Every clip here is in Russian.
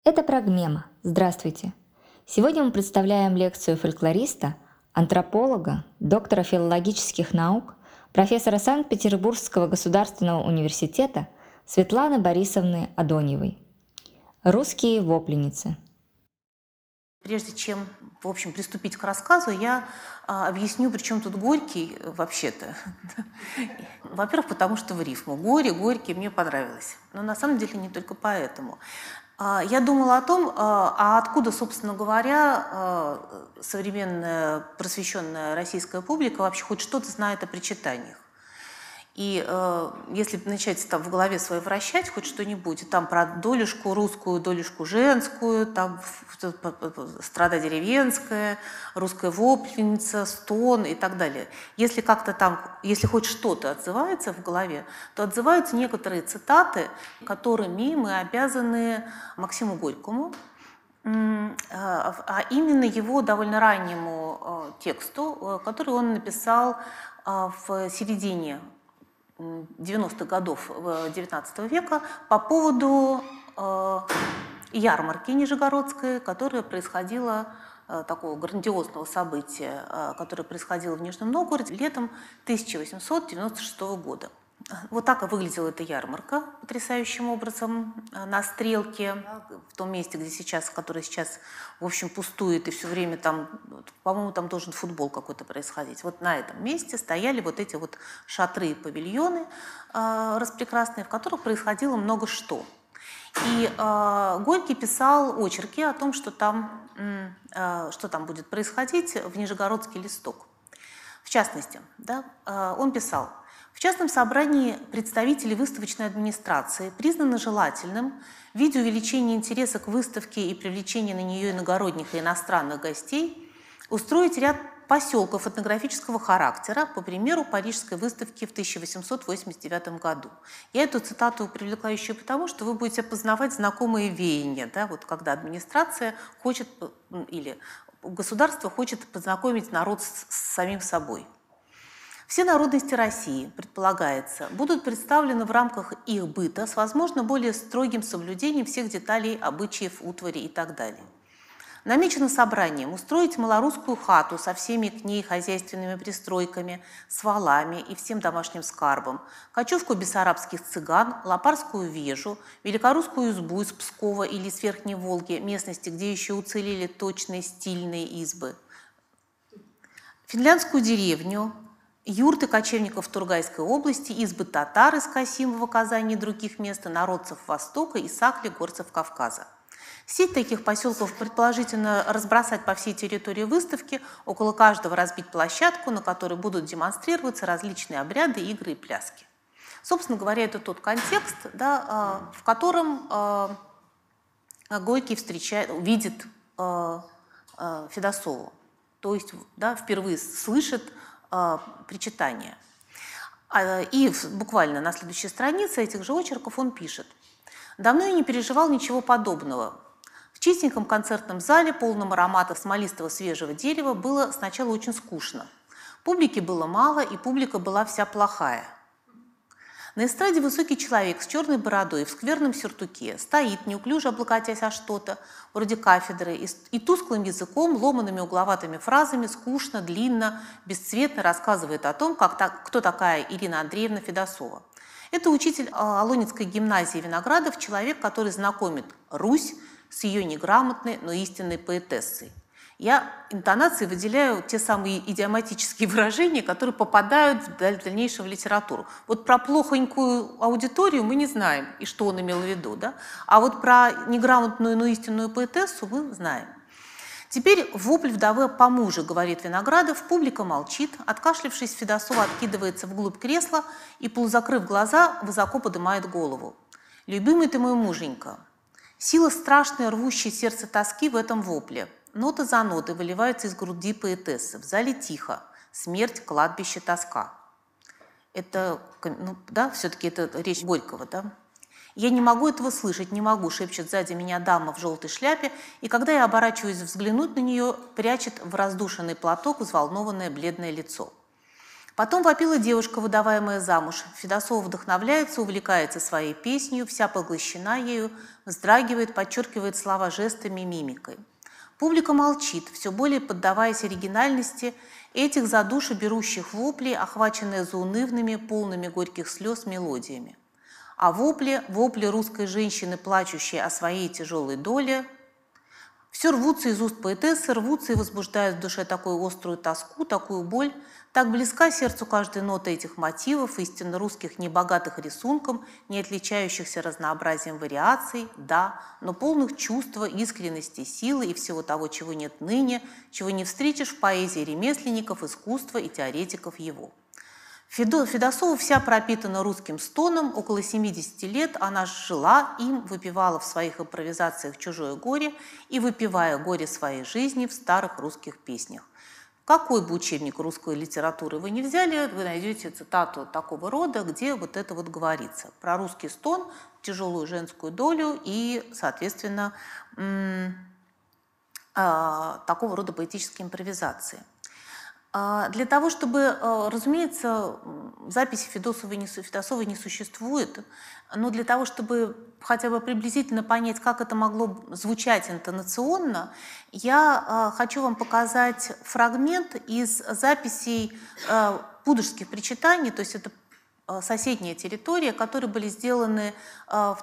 Это Прогмема. Здравствуйте. Сегодня мы представляем лекцию фольклориста, антрополога, доктора филологических наук, профессора Санкт-Петербургского государственного университета Светланы Борисовны Адоньевой. Русские вопленицы. Прежде чем, в общем, приступить к рассказу, я объясню, при чем тут Горький вообще-то. Во-первых, потому что в рифму. Горе, Горький мне понравилось. Но на самом деле не только поэтому. Я думала о том, откуда, собственно говоря, современная просвещенная российская публика вообще хоть что-то знает о причитаниях. И если начать там в голове своей вращать хоть что-нибудь, там про долюшку русскую, долюшку женскую, там страда деревенская, русская вопленица, стон и так далее. Если как-то там, если хоть что-то отзывается в голове, то отзываются некоторые цитаты, которыми мы обязаны Максиму Горькому, а именно его довольно раннему тексту, который он написал в середине 90-х годов XIX века по поводу ярмарки нижегородской, которая происходила, такого грандиозного события, которое происходило в Нижнем Новгороде летом 1896 года. Вот так и выглядела эта ярмарка потрясающим образом на Стрелке, в том месте, где сейчас, которое сейчас, в общем, пустует, и все время там, по-моему, там должен футбол какой-то происходить. Вот на этом месте стояли вот эти вот шатры и павильоны распрекрасные, в которых происходило много что. И Горький писал очерки о том, что там будет происходить в Нижегородский листок. В частности, да, он писал: в частном собрании представителей выставочной администрации признано желательным в виде увеличения интереса к выставке и привлечения на нее иногородних и иностранных гостей устроить ряд поселков этнографического характера, по примеру Парижской выставки в 1889 году. Я эту цитату привлекла еще потому, что вы будете познавать знакомые веяния, да, вот когда администрация хочет или государство хочет познакомить народ с самим собой. Все народности России, предполагается, будут представлены в рамках их быта с, возможно, более строгим соблюдением всех деталей, обычаев, утвари и так далее. Намечено собранием устроить малорусскую хату со всеми к ней хозяйственными пристройками, с валами и всем домашним скарбом, кочевку бессарабских цыган, лопарскую вежу, великорусскую избу из Пскова или с Верхней Волги, местности, где еще уцелели точные стильные избы, финляндскую деревню, юрты кочевников Тургайской области, избы татар из Касимова, Казани и других мест, и народцев Востока и Сакли, горцев Кавказа. Сеть таких поселков предположительно разбросать по всей территории выставки, около каждого разбить площадку, на которой будут демонстрироваться различные обряды, игры и пляски. Собственно говоря, это тот контекст, да, в котором Горький видит Федосову, то есть, да, впервые слышит причитание. И буквально на следующей странице этих же очерков он пишет: «Давно я не переживал ничего подобного. В чистеньком концертном зале, полном аромата смолистого свежего дерева, было сначала очень скучно. Публики было мало, и публика была вся плохая. На эстраде высокий человек с черной бородой в скверном сюртуке стоит, неуклюже облокотясь о что-то, вроде кафедры, и тусклым языком, ломаными угловатыми фразами, скучно, длинно, бесцветно рассказывает о том, кто такая Ирина Андреевна Федосова. Это учитель Алонецкой гимназии Виноградов, человек, который знакомит Русь с ее неграмотной, но истинной поэтессой. Я интонацией выделяю те самые идиоматические выражения, которые попадают в дальнейшем в литературу. Вот про плохонькую аудиторию мы не знаем, и что он имел в виду, да? А вот про неграмотную, но истинную поэтессу мы знаем. Теперь вопль вдовы по мужу, говорит Виноградов, публика молчит, откашлившись, Федосова откидывается вглубь кресла и, полузакрыв глаза, высоко поднимает голову. «Любимый ты мой муженька». Сила страшная, рвущая сердце тоски в этом вопле. Нота за нотой выливаются из груди поэтессы. В зале тихо. Смерть, кладбище, тоска. Это, да, все-таки это речь Горького, да? «Я не могу этого слышать, не могу», — шепчет сзади меня дама в желтой шляпе, и когда я оборачиваюсь взглянуть на нее, прячет в раздушенный платок взволнованное бледное лицо. Потом вопила девушка, выдаваемая замуж. Федосова вдохновляется, увлекается своей песней, вся поглощена ею, вздрагивает, подчеркивает слова жестами и мимикой. Публика молчит, все более поддаваясь оригинальности этих за душу берущих воплей, охваченная заунывными, полными горьких слез мелодиями. А вопли русской женщины, плачущей о своей тяжелой доле, все рвутся из уст поэтессы, рвутся и возбуждают в душе такую острую тоску, такую боль. Так близка сердцу каждая нота этих мотивов, истинно русских, не богатых рисунком, не отличающихся разнообразием вариаций, да, но полных чувства, искренности, силы и всего того, чего нет ныне, чего не встретишь в поэзии ремесленников, искусства и теоретиков его. Федосова вся пропитана русским стоном, около 70 лет она жила им, выпивала в своих импровизациях чужое горе и выпивая горе своей жизни в старых русских песнях. Какой бы учебник русской литературы вы ни взяли, вы найдете цитату такого рода, где вот это вот говорится про русский стон, тяжелую женскую долю и, соответственно, такого рода поэтические импровизации. Для того, чтобы, разумеется, записи Федосовой не существует, но для того, чтобы хотя бы приблизительно понять, как это могло звучать интонационно, я хочу вам показать фрагмент из записей пудожских причитаний, то есть это соседняя территория, которые были сделаны в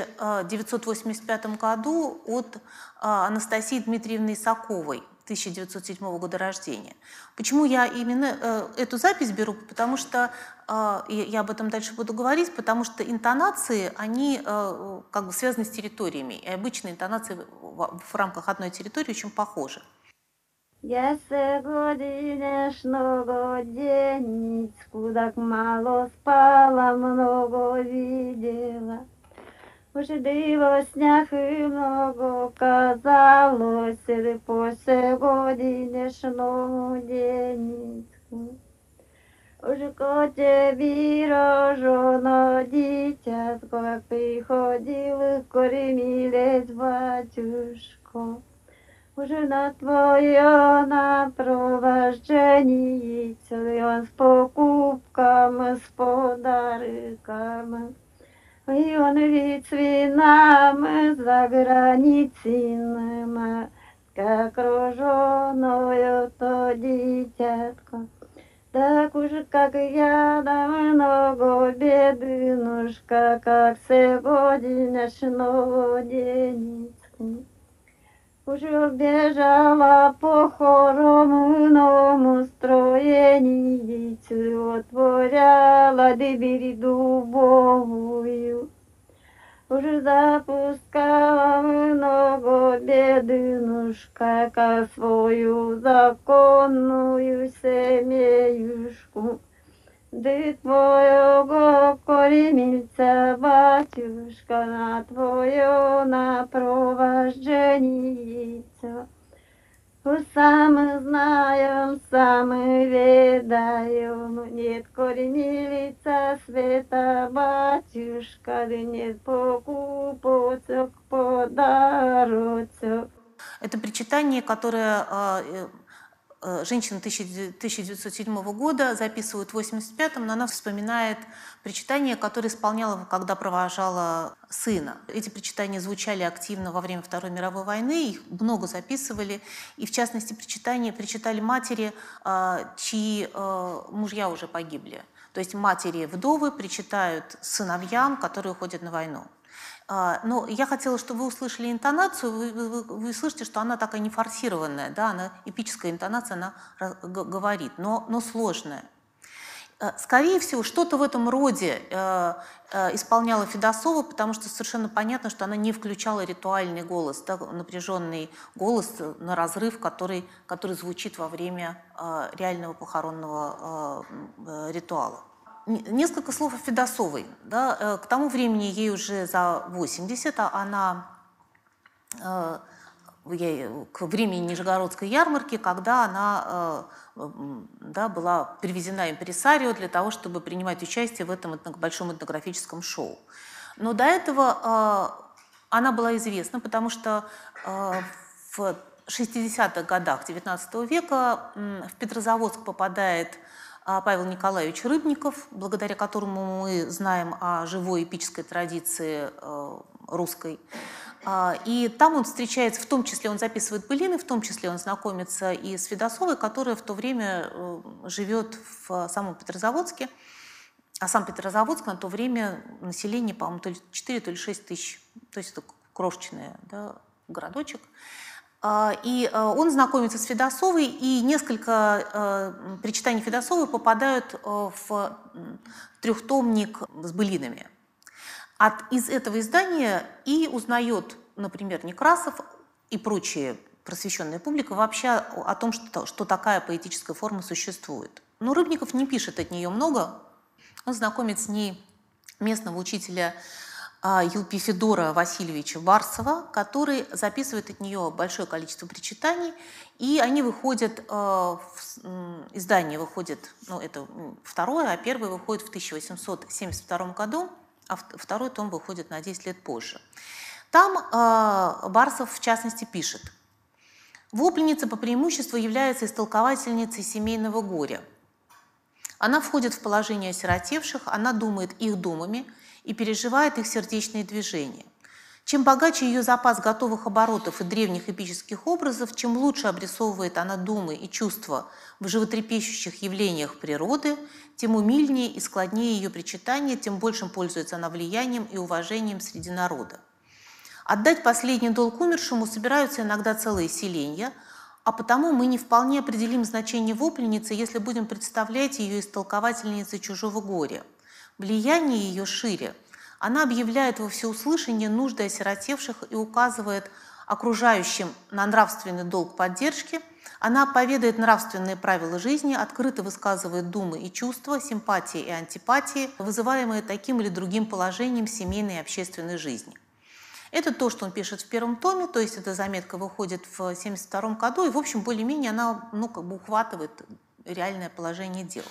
1985 году от Анастасии Дмитриевны Исаковой, 1907 года рождения. Почему я именно эту запись беру? Потому что, я об этом дальше буду говорить, потому что интонации, они как бы связаны с территориями, и обычные интонации в рамках одной территории очень похожи. Я сегодняшнего денечку так мало спала, много видела. Уже диво снях и много казалось, по сегодняшнему денечку. Уже коте вирожено дитятко, приходил кормилец батюшко. Уже на твое напровождение он с покупками, с подарками. И он ведь с винами за границами, как роженое то дитятко. Так уж как я много бедынушка, как сегодняшнего денечку. Уже бежала по хоромному строению, отворяла дверь дубовую. Уже запускала много бедынушка, как свою законную семеюшку. Ты твоего кормильца, батюшка, на твое напровождение. Сам знаем, сам ведаем, нет кормилица света, батюшка, да нет покупочек, подарочек. Это причитание, которое женщина 1907 года записывает в 1985-м, но она вспоминает причитания, которые исполняла, когда провожала сына. Эти причитания звучали активно во время Второй мировой войны, их много записывали, и в частности причитали матери, чьи мужья уже погибли. То есть матери-вдовы причитают сыновьям, которые уходят на войну. Но я хотела, чтобы вы услышали интонацию, вы слышите, что она такая нефорсированная, да, она эпическая интонация, она говорит, но сложная. Скорее всего, что-то в этом роде исполняла Федосова, потому что совершенно понятно, что она не включала ритуальный голос, да, напряженный голос на разрыв, который звучит во время реального похоронного ритуала. Несколько слов о Федосовой. Да, к тому времени ей уже за 80, она к времени Нижегородской ярмарки, когда она была привезена импресарио для того, чтобы принимать участие в этом большом этнографическом шоу. Но до этого она была известна, потому что в 60-х годах XIX века в Петрозаводск попадает Павел Николаевич Рыбников, благодаря которому мы знаем о живой эпической традиции русской. И там он встречается, в том числе он записывает былины, в том числе он знакомится и с Федосовой, которая в то время живет в самом Петрозаводске. А сам Петрозаводск на то время население, по-моему, то ли 4, то ли 6 тысяч. То есть это крошечный, да, городочек. И он знакомится с Федосовой, и несколько причитаний Федосовой попадают в трехтомник с былинами. Из этого издания и узнает, например, Некрасов и прочие просвещенная публика вообще о том, что такая поэтическая форма существует. Но Рыбников не пишет от нее много. Он знакомит с ней местного учителя Елпифедора Васильевича Барсова, который записывает от нее большое количество причитаний, и они выходят, издание выходит, ну это второе, а первое выходит в 1872 году, а второй том выходит на 10 лет позже. Там Барсов, в частности, пишет: «Вопленница по преимуществу является истолковательницей семейного горя. Она входит в положение осиротевших, она думает их думами и переживает их сердечные движения. Чем богаче ее запас готовых оборотов и древних эпических образов, чем лучше обрисовывает она думы и чувства в животрепещущих явлениях природы, тем умильнее и складнее ее причитания, тем большим пользуется она влиянием и уважением среди народа. Отдать последний долг умершему собираются иногда целые селения, а потому мы не вполне определим значение вопленницы, если будем представлять ее истолковательницей чужого горя. Влияние ее шире. Она объявляет во всеуслышание нужды осиротевших и указывает окружающим на нравственный долг поддержки. Она поведает нравственные правила жизни, открыто высказывает думы и чувства, симпатии и антипатии, вызываемые таким или другим положением семейной и общественной жизни». Это то, что он пишет в первом томе, то есть эта заметка выходит в 1972 году, и, в общем, более-менее она ухватывает реальное положение дел.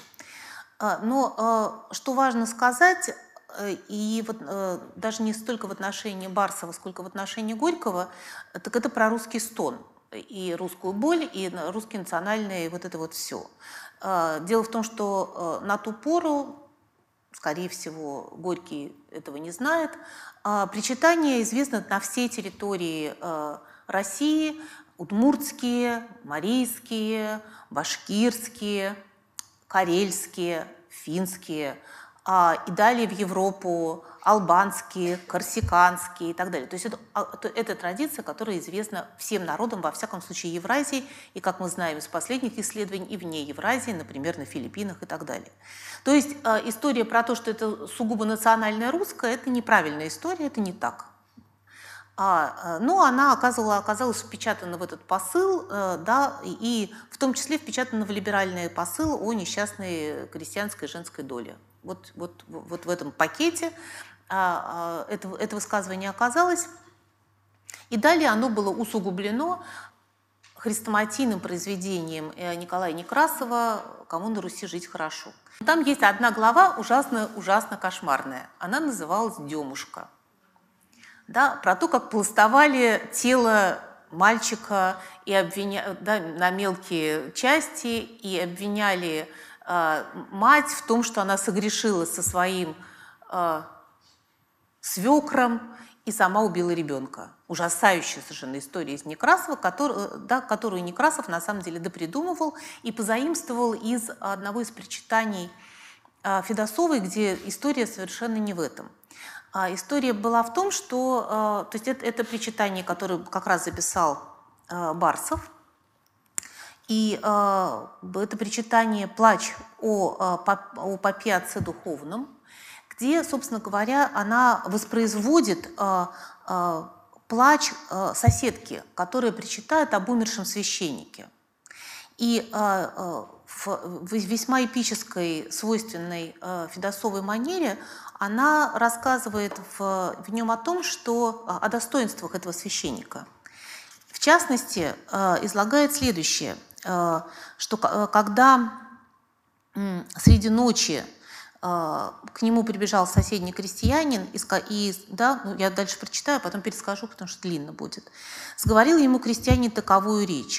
Но что важно сказать, и вот даже не столько в отношении Барсова, сколько в отношении Горького, так это про русский стон, и русскую боль, и русский национальный, вот это вот все. Дело в том, что на ту пору, скорее всего, Горький этого не знает, причитания известны на всей территории России: удмуртские, марийские, башкирские, карельские, финские, и далее в Европу албанские, корсиканские и так далее. То есть это традиция, которая известна всем народам, во всяком случае Евразии, и, как мы знаем из последних исследований, и вне Евразии, например, на Филиппинах и так далее. То есть история про то, что это сугубо национальное русское, это неправильная история, это не так. Но она оказалась впечатана в этот посыл, да, и в том числе впечатана в либеральный посыл о несчастной крестьянской женской доле. Вот в этом пакете это высказывание оказалось. И далее оно было усугублено хрестоматийным произведением Николая Некрасова «Кому на Руси жить хорошо». Там есть одна глава ужасно кошмарная. Она называлась «Демушка». Да, про то, как пластовали тело мальчика и на мелкие части и обвиняли мать в том, что она согрешила со своим свекром и сама убила ребенка. Ужасающая совершенно история из Некрасова, которую Некрасов на самом деле допридумывал и позаимствовал из одного из причитаний Федосовой, где история совершенно не в этом. История была в том, что то есть это причитание, которое как раз записал Барсов, и это причитание «Плач о попе отце духовном», где, собственно говоря, она воспроизводит плач соседки, которая причитает об умершем священнике. И в весьма эпической, свойственной Федосовой манере она рассказывает в нем о том, о достоинствах этого священника. В частности, излагает следующее, что когда среди ночи к нему прибежал соседний крестьянин, я дальше прочитаю, потом перескажу, потому что длинно будет. Сговорил ему крестьянин таковую речь: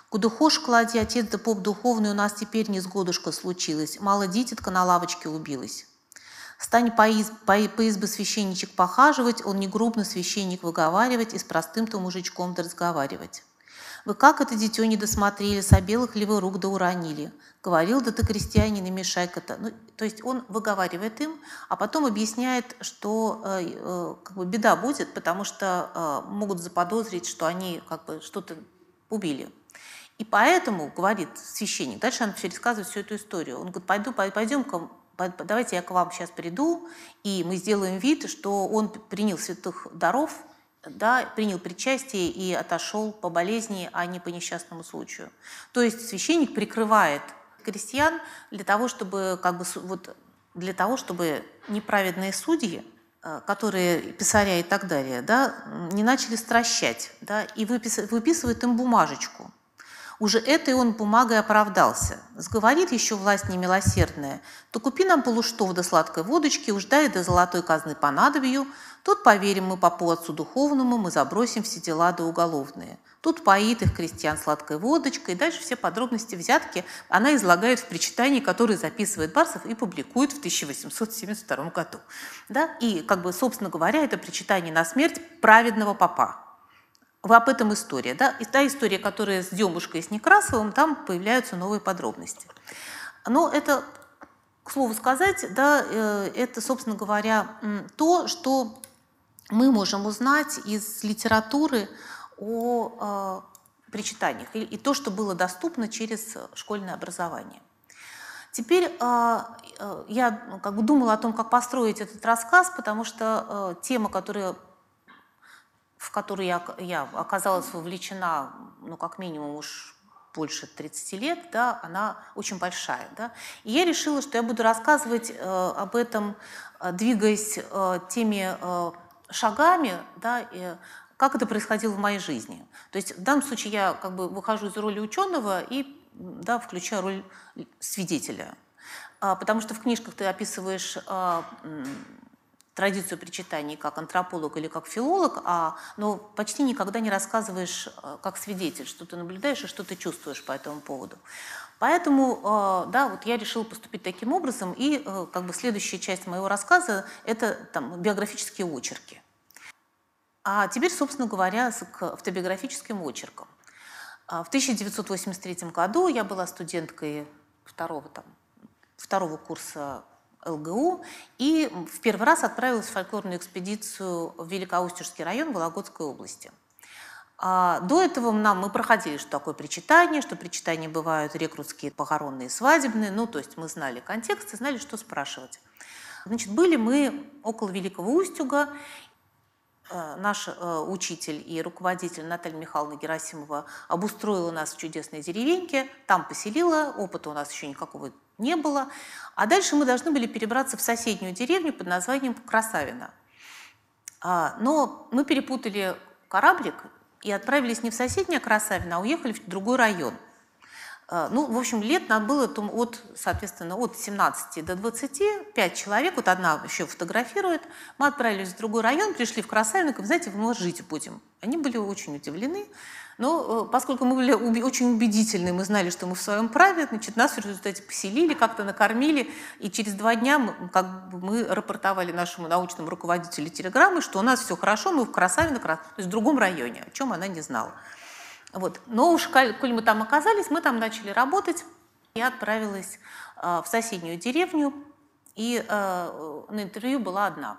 Куда хошь клади, отец да поп духовный, у нас теперь несгодушка случилась, мало дитятка на лавочке убилась. Стань по избы священничек похаживать, он не грубно священник выговаривать и с простым-то мужичком-то разговаривать. Вы как это дитё не досмотрели, с обелых ли вы рук да уронили? Говорил, да ты, крестьянин, и мешайка-то. Ну, то есть он выговаривает им, а потом объясняет, что как бы беда будет, потому что могут заподозрить, что они как бы что-то убили. И поэтому, говорит священник, дальше он все рассказывает всю эту историю. Он говорит, пойдем-ка, давайте я к вам сейчас приду, и мы сделаем вид, что он принял святых даров, да, принял причастие и отошел по болезни, а не по несчастному случаю. То есть священник прикрывает крестьян для того, чтобы, как бы, вот, для того, чтобы неправедные судьи, которые писаря и так далее, да, не начали стращать, да, и выписывает им бумажечку. Уже этой он бумагой оправдался. Сговорит еще власть немилосердная, то купи нам полуштов до сладкой водочки, уж дай до золотой казны понадобью, тут поверим мы попу отцу духовному, мы забросим все дела до уголовные. Тут поит их крестьян сладкой водочкой, и дальше все подробности взятки она излагает в причитании, которое записывает Барсов и публикует в 1872 году. Да? И, как бы, собственно говоря, это причитание на смерть праведного попа. Об этом история. Да? И та история, которая с Демушкой и с Некрасовым, там появляются новые подробности. Но это, к слову сказать, да, это, собственно говоря, то, что мы можем узнать из литературы о причитаниях, и то, что было доступно через школьное образование. Теперь я как бы думала о том, как построить этот рассказ, потому что тема, в которую я оказалась вовлечена, ну, как минимум уж больше 30 лет, да, она очень большая. Да. И я решила, что я буду рассказывать об этом, двигаясь теми шагами, да, как это происходило в моей жизни. То есть в данном случае я как бы выхожу из роли ученого и, да, включаю роль свидетеля. Потому что в книжках ты описываешь традицию причитаний как антрополог или как филолог, но почти никогда не рассказываешь как свидетель, что ты наблюдаешь и что ты чувствуешь по этому поводу. Поэтому, да, вот я решила поступить таким образом, и как бы следующая часть моего рассказа – это там биографические очерки. А теперь, собственно говоря, к автобиографическим очеркам. В 1983 году я была студенткой второго курса ЛГУ и в первый раз отправилась в фольклорную экспедицию в Великоустюжский район Вологодской области. До этого мы проходили, что такое причитание, что причитания бывают рекрутские, похоронные, свадебные. Ну, то есть мы знали контекст и знали, что спрашивать. Значит, были мы около Великого Устюга. Наш учитель и руководитель Наталья Михайловна Герасимова обустроила нас в чудесной деревеньке, там поселила, опыта у нас еще никакого не было. А дальше мы должны были перебраться в соседнюю деревню под названием Красавино. Но мы перепутали кораблик и отправились не в соседнее Красавино, а уехали в другой район. Ну, в общем, лет нам было соответственно, от 17 до 20, 5 человек, вот одна еще фотографирует. Мы отправились в другой район, пришли в Красавино, и, знаете, мы жить будем. Они были очень удивлены, но поскольку мы были очень убедительны, мы знали, что мы в своем праве, значит, нас в результате поселили, как-то накормили, и через 2 дня мы рапортовали нашему научному руководителю телеграммы, что у нас все хорошо, мы в Красавино, то есть в другом районе, о чем она не знала. Вот. Но уж, коль мы там оказались, мы там начали работать. Я отправилась в соседнюю деревню, и на интервью была одна.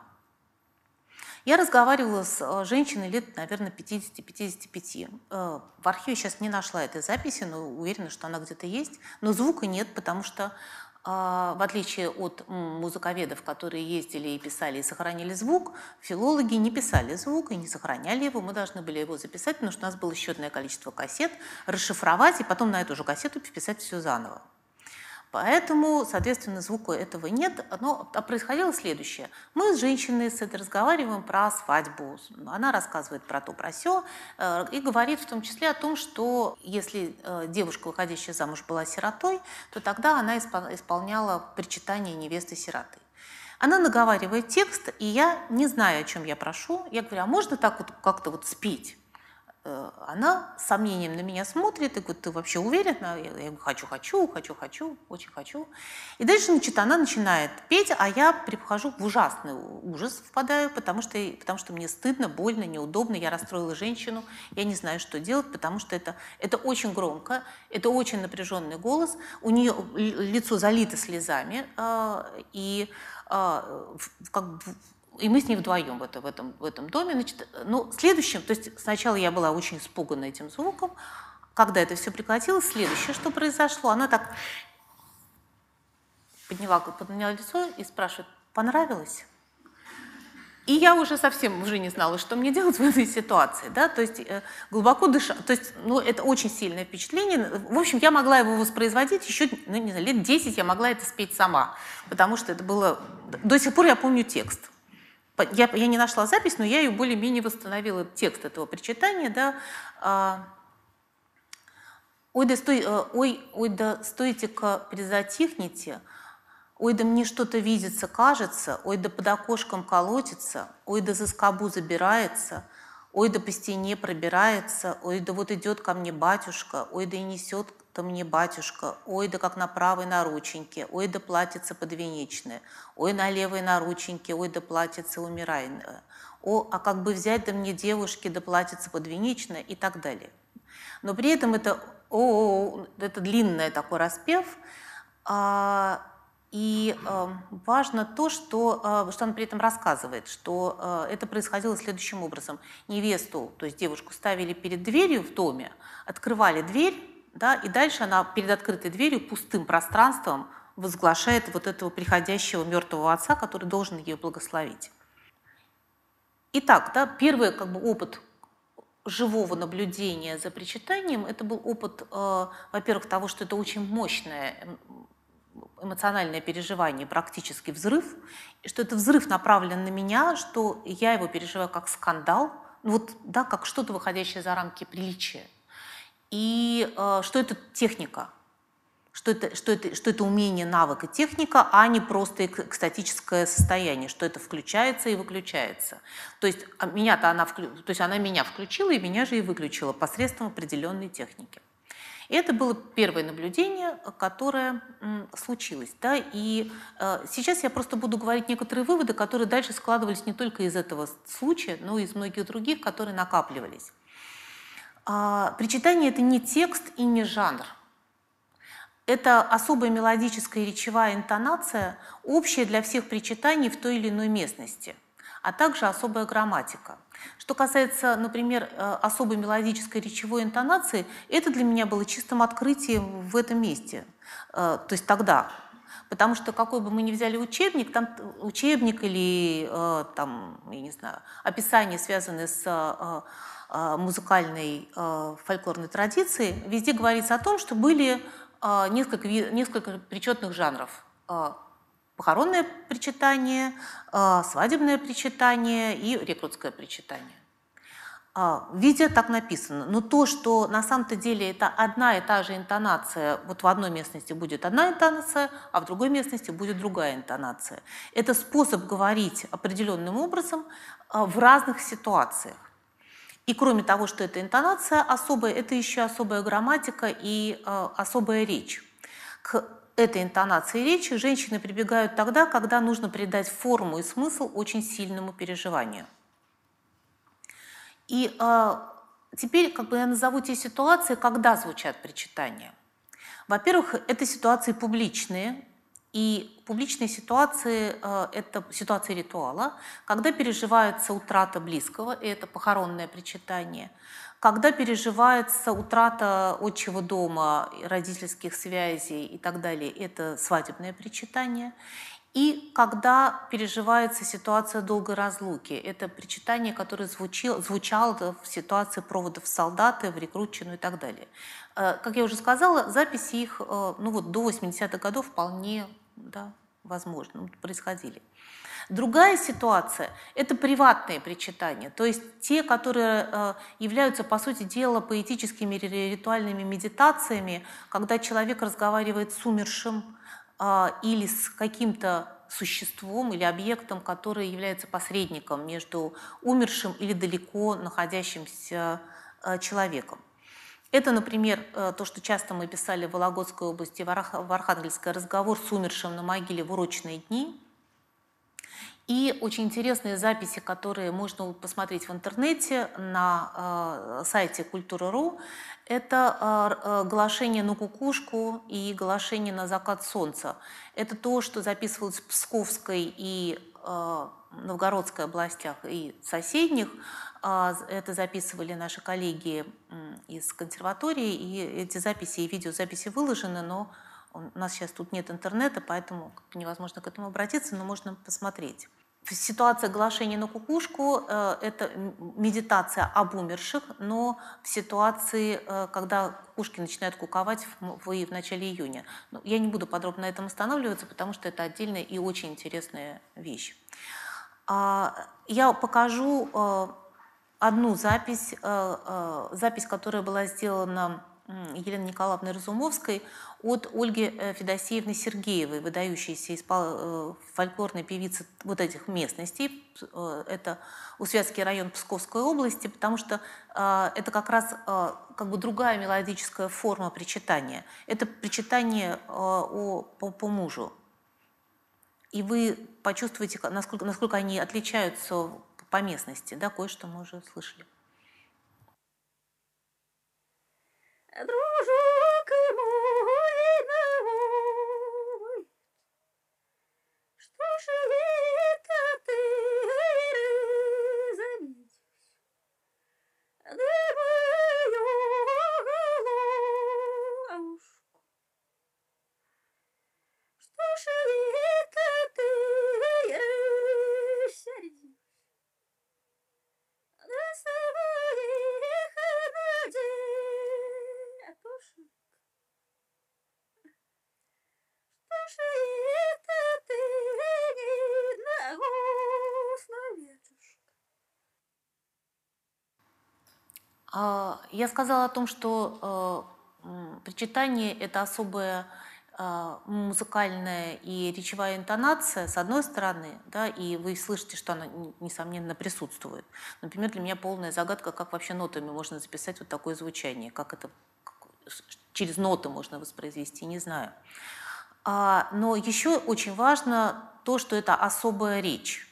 Я разговаривала с женщиной лет, наверное, 50-55. В архиве сейчас не нашла этой записи, но уверена, что она где-то есть. Но звука нет, потому что, в отличие от музыковедов, которые ездили и писали и сохраняли звук, филологи не писали звук и не сохраняли его. Мы должны были его записать, потому что у нас было счетное количество кассет, расшифровать и потом на эту же кассету вписать все заново. Поэтому, соответственно, звука этого нет. Но происходило следующее. Мы с женщиной с этой разговариваем про свадьбу. Она рассказывает про то, про сё, и говорит в том числе о том, что если девушка, выходящая замуж, была сиротой, то тогда она исполняла причитание невесты-сироты. Она наговаривает текст, и я не знаю, о чем я прошу. Я говорю, а можно так вот как-то вот спеть? Она с сомнением на меня смотрит и говорит: ты вообще уверена? Я говорю: хочу, очень хочу. И дальше, значит, она начинает петь, а я прихожу в ужасный ужас, впадаю, потому что мне стыдно, больно, неудобно, я расстроила женщину, я не знаю, что делать, потому что это очень громко, это очень напряженный голос, у нее лицо залито слезами, и мы с ней вдвоем в этом доме. Значит, ну, следующим, то есть сначала я была очень испугана этим звуком, когда это все прекратилось, следующее, что произошло, она так подняла лицо и спрашивает: понравилось? И я уже совсем не знала, что мне делать в этой ситуации, да, то есть глубоко дыша, то есть, ну, это очень сильное впечатление. В общем, я могла его воспроизводить еще, ну, не знаю, лет 10 я могла это спеть сама, потому что это было... До сих пор я помню текст. Я не нашла запись, но я ее более-менее восстановила, текст этого причитания, да. Ой, да стойте-ка, призатихните, ой, да мне что-то видится, кажется, ой, да под окошком колотится, ой, да за скобу забирается, ой, да по стене пробирается, ой, да вот идет ко мне батюшка, ой, да и несет-то мне батюшка, ой, да как на правой нарученьке, ой, да платьице подвенечное, ой, на левой нарученьке, ой, да платьице умирайное, о, а как бы взять да мне девушки, да платьице подвенечное и так далее. Но при этом это длинный такой распев, и важно то, что она при этом рассказывает, что это происходило следующим образом. Невесту, то есть девушку, ставили перед дверью в доме, открывали дверь, да, и дальше она перед открытой дверью пустым пространством возглашает вот этого приходящего мертвого отца, который должен ее благословить. Итак, да, первый как бы опыт живого наблюдения за причитанием, это был опыт, во-первых, того, что это очень мощное эмоциональное переживание, практически взрыв, и что это взрыв направлен на меня, что я его переживаю как скандал, вот, да, как что-то, выходящее за рамки приличия, и что это техника, что это умение, навык и техника, а не просто экстатическое состояние, что это включается и выключается. То есть она меня включила, и меня же и выключила посредством определенной техники. И это было первое наблюдение, которое случилось. Да? И сейчас я просто буду говорить некоторые выводы, которые дальше складывались не только из этого случая, но и из многих других, которые накапливались. Причитание – это не текст и не жанр. Это особая мелодическая и речевая интонация, общая для всех причитаний в той или иной местности, а также особая грамматика. Что касается, например, особой мелодической речевой интонации, это для меня было чистым открытием в этом месте, то есть тогда. Потому что какой бы мы ни взяли учебник или там, я не знаю, описание, связанное с музыкальной фольклорной традицией, везде говорится о том, что были несколько причетных жанров. Похоронное причитание, свадебное причитание и рекрутское причитание. Везде так написано. Но то, что на самом-то деле это одна и та же интонация, вот в одной местности будет одна интонация, а в другой местности будет другая интонация. Это способ говорить определенным образом в разных ситуациях. И кроме того, что это интонация особая, это еще особая грамматика и особая речь. К этой интонации речи женщины прибегают тогда, когда нужно придать форму и смысл очень сильному переживанию. И теперь я назову те ситуации, когда звучат причитания. Во-первых, это ситуации публичные. И публичные ситуации – это ситуации ритуала, когда переживается утрата близкого, и это похоронное причитание, когда переживается утрата отчего дома, родительских связей и так далее, это свадебное причитание, и когда переживается ситуация долгой разлуки, это причитание, которое звучало в ситуации проводов в солдаты, в рекрутчину и так далее. Как я уже сказала, записи их до 80-х годов вполне возможно, происходили. Другая ситуация – это приватные причитания, то есть те, которые являются, по сути дела, поэтическими ритуальными медитациями, когда человек разговаривает с умершим или с каким-то существом или объектом, который является посредником между умершим или далеко находящимся человеком. Это, например, то, что часто мы писали в Вологодской области, в Архангельской, разговор с умершим на могиле в урочные дни. И очень интересные записи, которые можно посмотреть в интернете на сайте Культура.ру, это «Голошение на кукушку» и «Голошение на закат солнца». Это то, что записывалось в Псковской и Новгородской областях и соседних. Это записывали наши коллеги из консерватории, и эти записи и видеозаписи выложены, но у нас сейчас тут нет интернета, поэтому невозможно к этому обратиться, но можно посмотреть. Ситуация оглашения на кукушку – это медитация об умерших, но в ситуации, когда кукушки начинают куковать в начале июня. Я не буду подробно на этом останавливаться, потому что это отдельная и очень интересная вещь. Я покажу одну запись, которая была сделана Еленой Николаевной Разумовской от Ольги Федосеевны Сергеевой, выдающейся фольклорной певицы вот этих местностей. Это Усвятский район Псковской области, потому что это как раз как бы другая мелодическая форма причитания. Это причитание по мужу. И вы почувствуете, насколько они отличаются по местности. Да, кое-что мы уже слышали. Дружок мой новый, что ж это ты заметишь? Да мою головушку, что ж это ты сердишь? Да своих надежд. Что ж это ты не Я сказала о том, что причитание – это особая музыкальная и речевая интонация, с одной стороны, да, и вы слышите, что она, несомненно, присутствует. Например, для меня полная загадка, как вообще нотами можно записать вот такое звучание, как это через ноты можно воспроизвести, не знаю. Но еще очень важно то, что это особая речь.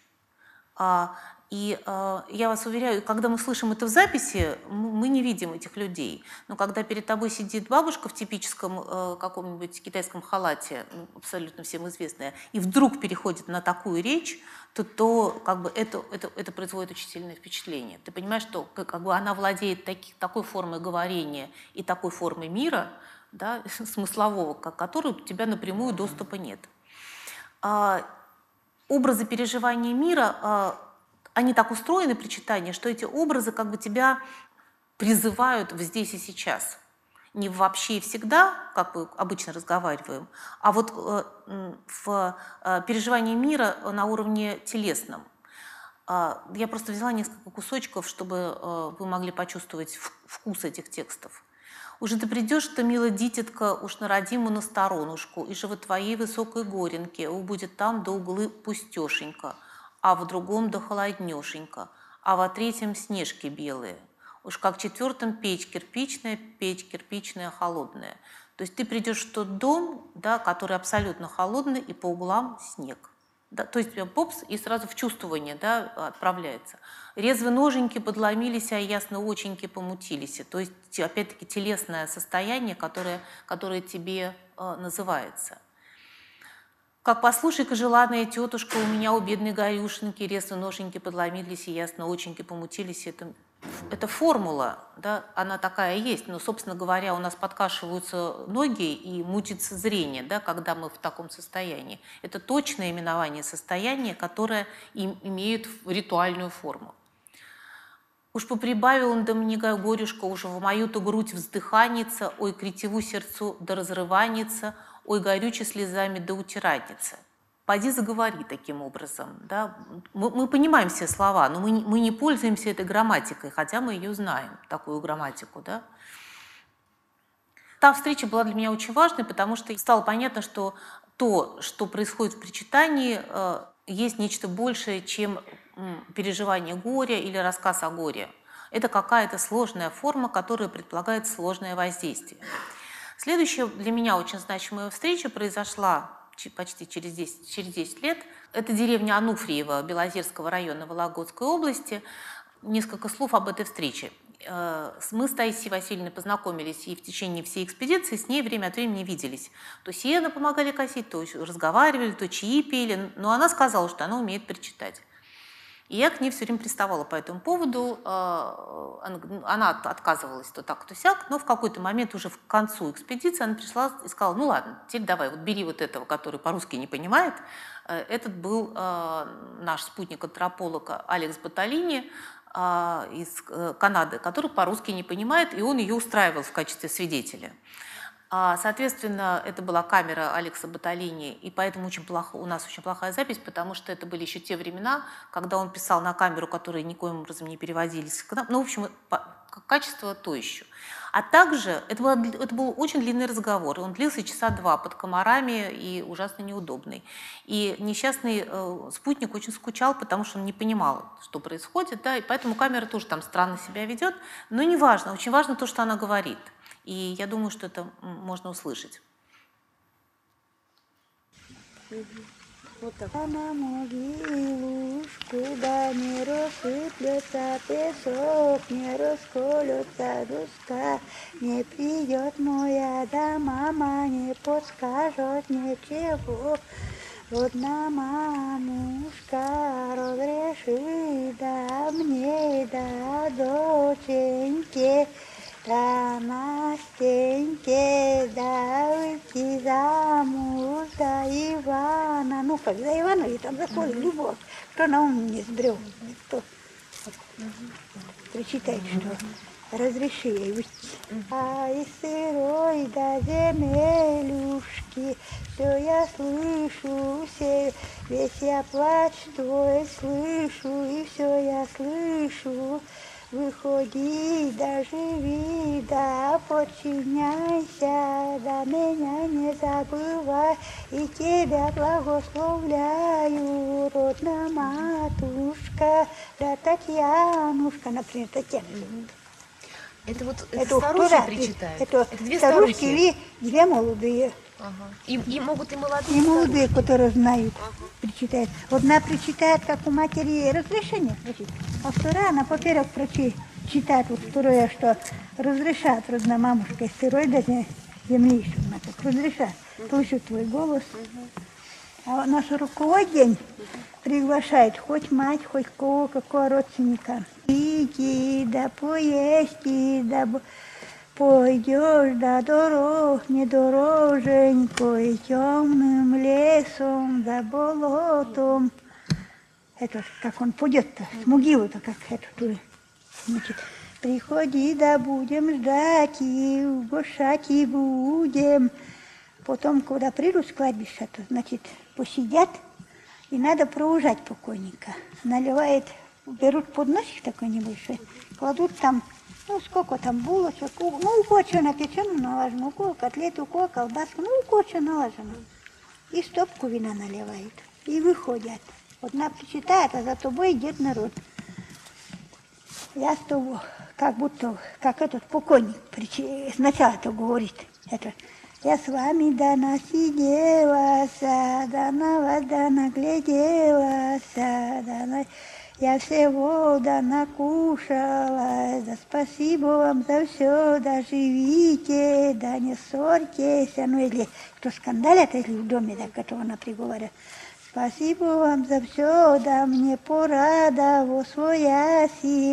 И я вас уверяю, когда мы слышим это в записи, мы не видим этих людей. Но когда перед тобой сидит бабушка в типическом каком-нибудь китайском халате, абсолютно всем известная, и вдруг переходит на такую речь, то как бы это производит очень сильное впечатление. Ты понимаешь, что как бы она владеет такой формой говорения и такой формой мира, да, смыслового, к которой у тебя напрямую доступа нет. Образы переживания мира, они так устроены при читании, что эти образы как бы тебя призывают в здесь и сейчас. Не вообще и всегда, как мы обычно разговариваем, а вот в переживании мира на уровне телесном. Я просто взяла несколько кусочков, чтобы вы могли почувствовать вкус этих текстов. «Уже ты придешь, то, мила дитятка, уж на родиму на сторонушку, и же во твоей высокой горенке, будет там до углы пустешенько, а в другом да холоднешенько, а во третьем снежки белые. Уж как в четвертом печь кирпичная холодная». То есть ты придешь в тот дом, да, который абсолютно холодный, и по углам снег. Да, то есть у тебя попс и сразу в чувствование, да, отправляется. «Резвы ноженьки подломились, а ясно оченьки помутились». То есть опять-таки телесное состояние, которое тебе называется. «Как послушай-ка, желанная тетушка, у меня у бедной горюшеньки резвы ноженьки подломились, и ясно оченьки помутились». Это формула, да, она такая есть, но, собственно говоря, у нас подкашиваются ноги и мутится зрение, да, когда мы в таком состоянии. Это точное именование состояния, которое имеет ритуальную форму. «Уж поприбавил он да мне горюшка, уж в мою-то грудь вздыханница, ой, критиву сердцу да разрыванница, ой, горюче слезами да утиранница». Поди заговори таким образом. Да? Мы понимаем все слова, но мы не пользуемся этой грамматикой, хотя мы ее знаем, такую грамматику. Да? Та встреча была для меня очень важной, потому что стало понятно, что то, что происходит в причитании, есть нечто большее, чем переживание горя или рассказ о горе. Это какая-то сложная форма, которая предполагает сложное воздействие. Следующая для меня очень значимая встреча произошла почти через 10 лет. Это деревня Ануфриево Белозерского района Вологодской области. Несколько слов об этой встрече. Мы с Таисией Васильевной познакомились и в течение всей экспедиции с ней время от времени виделись. То сено помогали косить, то разговаривали, то чаи пили. Но она сказала, что она умеет причитать. И я к ней все время приставала по этому поводу. Она отказывалась то так, то сяк, но в какой-то момент уже к концу экспедиции она пришла и сказала: ну ладно, теперь давай, вот бери вот этого, который по-русски не понимает. Этот был наш спутник-антрополог Алекс Баталини из Канады, который по-русски не понимает, и он ее устраивал в качестве свидетеля. Соответственно, это была камера Алекса Баталини, и поэтому у нас очень плохая запись, потому что это были еще те времена, когда он писал на камеру, которые никоим образом не переводились. Ну, в общем, качество то еще. А также это был очень длинный разговор, он длился часа 2 под комарами и ужасно неудобный. И несчастный спутник очень скучал, потому что он не понимал, что происходит, да, и поэтому камера тоже там странно себя ведет. Но не важно, очень важно то, что она говорит. И я думаю, что это можно услышать. Вот так. На могилушку, да не рассыплется песок, не расколется доска, не придет моя, да мама не подскажет ничего. Родная мамушка, разреши, да мне, да доченьке, да Настеньке, да выйти замуж за Ивана. Ну как, за Ивана, и там за Колю, любовь. Кто на ум не сбрел, кто причитает, что разреши ей выйти. А из сырой до земелюшки все я слышу, весь я плач твой слышу, и все я слышу. Выходи, да живи, да подчиняйся, да меня не забывай, и тебя благословляю, родная матушка, да Татьянушка, например, Татьяна. Это вот Это старухи кто, причитают? это две старушки старухи? или две молодые. Ага. И могут и молодые, И молодые, старухи. которые знают, причитают. Одна причитает, как у матери разрешение прочитать, а вторая на поперек прочитает, вот второе, что разрешат, родная мамушка, из сырой до земли, что она так разрешат, слышу твой голос. А наш руководитель приглашает хоть мать, хоть кого, какого родственника. Иди, да поесть, да пойдешь до дорог недороженькой, темным лесом, за болотом. Это как он пойдет-то, с могилы-то, как это тут. Значит, приходи, да будем ждать, и угощать и будем. Потом, когда придут с кладбища, то, значит, посидят, и надо провожать покойника. Наливает, берут подносик такой небольшой, кладут там, ну, сколько там булочек, ну, у кого что напечено, налажено, у кого котлету, у кого колбаску, ну, у кого что налажено. И стопку вина наливают, и выходят. Одна причитает, а за тобой идет народ. Я с того, как будто, как этот покойник сначала-то говорит, это, я с вами да насиделась, да на вас да нагляделась, да я всего да накушалась, да спасибо вам за все, да живите, да не ссорьтесь, ну или кто скандалит, если в доме, да, которого она приговорила. Спасибо вам за все, да мне пора, да восвояси,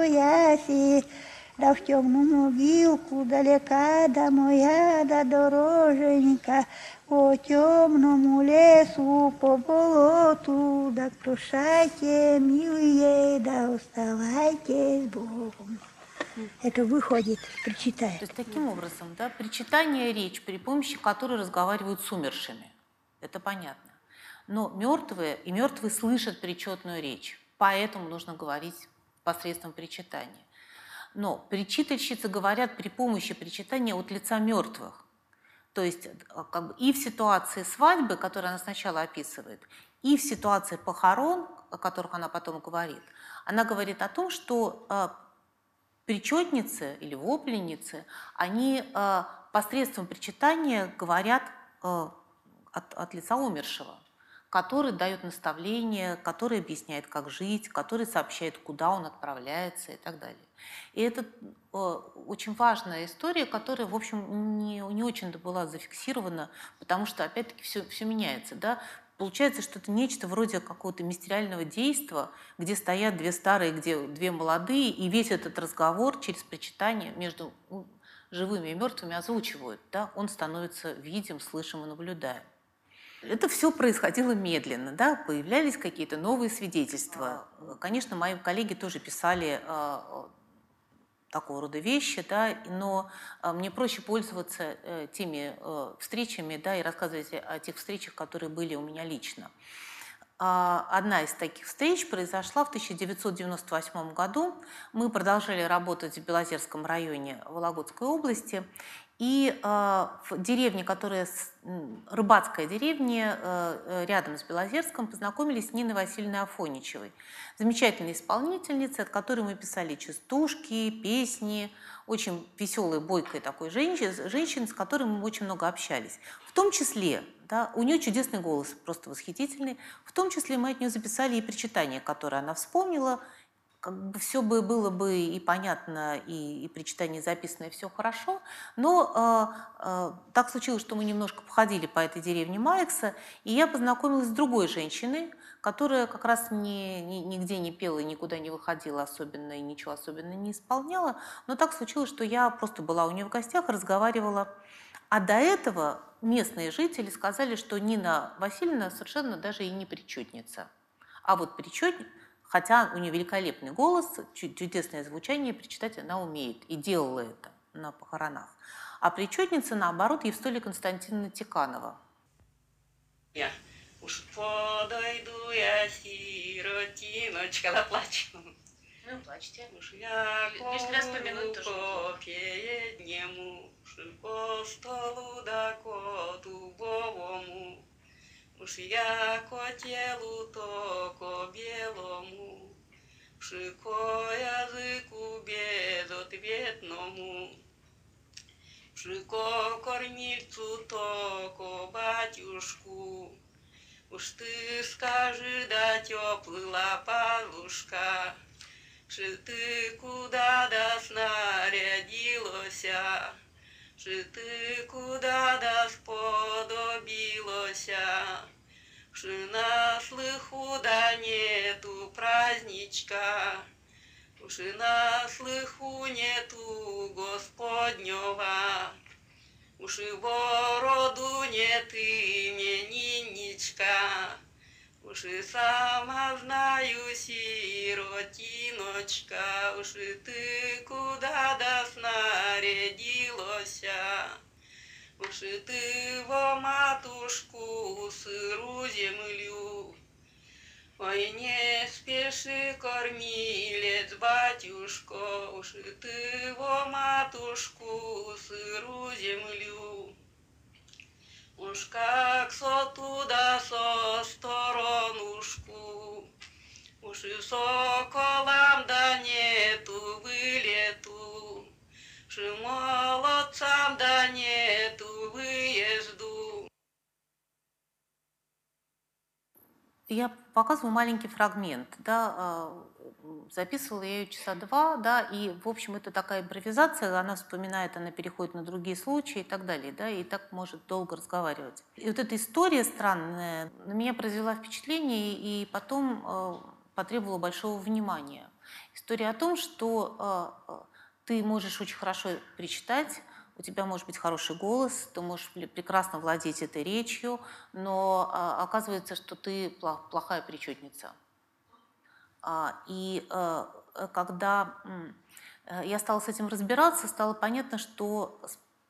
да в темную могилку далека, да моя, да дороженька, по темному лесу, по болоту, да прощайте, милые, да оставайтесь с Богом. Это выходит, причитает. То есть таким образом, да, причитание — речь, при помощи которой разговаривают с умершими. Это понятно. Но мертвые слышат причетную речь, поэтому нужно говорить посредством причитания. Но причитальщицы говорят при помощи причитания от лица мертвых. То есть как бы и в ситуации свадьбы, которую она сначала описывает, и в ситуации похорон, о которых она потом говорит, она говорит о том, что причетницы или вопленницы, они посредством причитания говорят от лица умершего, который дает наставления, который объясняет, как жить, который сообщает, куда он отправляется и так далее. И это очень важная история, которая, в общем, не очень-то была зафиксирована, потому что, опять-таки, все меняется. Да? Получается, что это нечто вроде какого-то мистериального действа, где стоят две старые, где две молодые, и весь этот разговор через причитание между живыми и мертвыми озвучивают. Да? Он становится видим, слышим и наблюдаем. Это все происходило медленно, да, появлялись какие-то новые свидетельства. Конечно, мои коллеги тоже писали такого рода вещи, да, но мне проще пользоваться теми встречами, да, и рассказывать о тех встречах, которые были у меня лично. Одна из таких встреч произошла в 1998 году. Мы продолжали работать в Белозерском районе Вологодской области. И в деревне, рыбацкая деревня, рядом с Белозерском, познакомились с Ниной Васильевной Афоничевой. Замечательной исполнительницей, от которой мы писали частушки, песни. Очень веселой, бойкой такой женщины, с которой мы очень много общались. В том числе, да, у нее чудесный голос, просто восхитительный. В том числе мы от нее записали и причитание, которое она вспомнила. Как бы все было бы и понятно, и причитание записано, и все хорошо. Но так случилось, что мы немножко походили по этой деревне Маекса, и я познакомилась с другой женщиной, которая как раз нигде не пела и никуда не выходила особенно, и ничего особенно не исполняла. Но так случилось, что я просто была у нее в гостях, разговаривала. А до этого местные жители сказали, что Нина Васильевна совершенно даже и не причетница. А вот причетница, хотя у нее великолепный голос, чудесное звучание, причитать она умеет и делала это на похоронах. А причетница, наоборот, Евстолия Константиновна Тиканова. Я уж подойду я, сиротиночка, да плачу. Ну, плачьте. Уж я Лишний раз помянуть тоже. Переднему, по столу да ко дубовому. Уж я ко телу, то ко белому, уж ко языку безответному, уж ко кормильцу, то ко батюшку. Уж ты скажи, да теплая подушка, что ты куда да снарядилася, что ты куда да сподобилася, что на слыху да нету праздничка, уж и на слыху нету Господнего, уж и бороду нет именинничка. Уж и сама знаю, сиротиночка, уж и ты куда да снарядилася, уж и ты во матушку сыру землю. Ой, не спеши, кормилец, батюшко, уж и ты во матушку сыру землю. Уж как со туда со сторонушку, уж и соколам да нету вылету, уж и молодцам да нету выезду. Я показываю маленький фрагмент, да, записывала я ее часа два, да, и, в общем, это такая импровизация, она вспоминает, она переходит на другие случаи и так далее, да, и так может долго разговаривать. И вот эта история странная на меня произвела впечатление и потом потребовала большого внимания. История о том, что ты можешь очень хорошо причитать, у тебя может быть хороший голос, ты можешь прекрасно владеть этой речью, но оказывается, что ты плохая причетница. И когда я стала с этим разбираться, стало понятно, что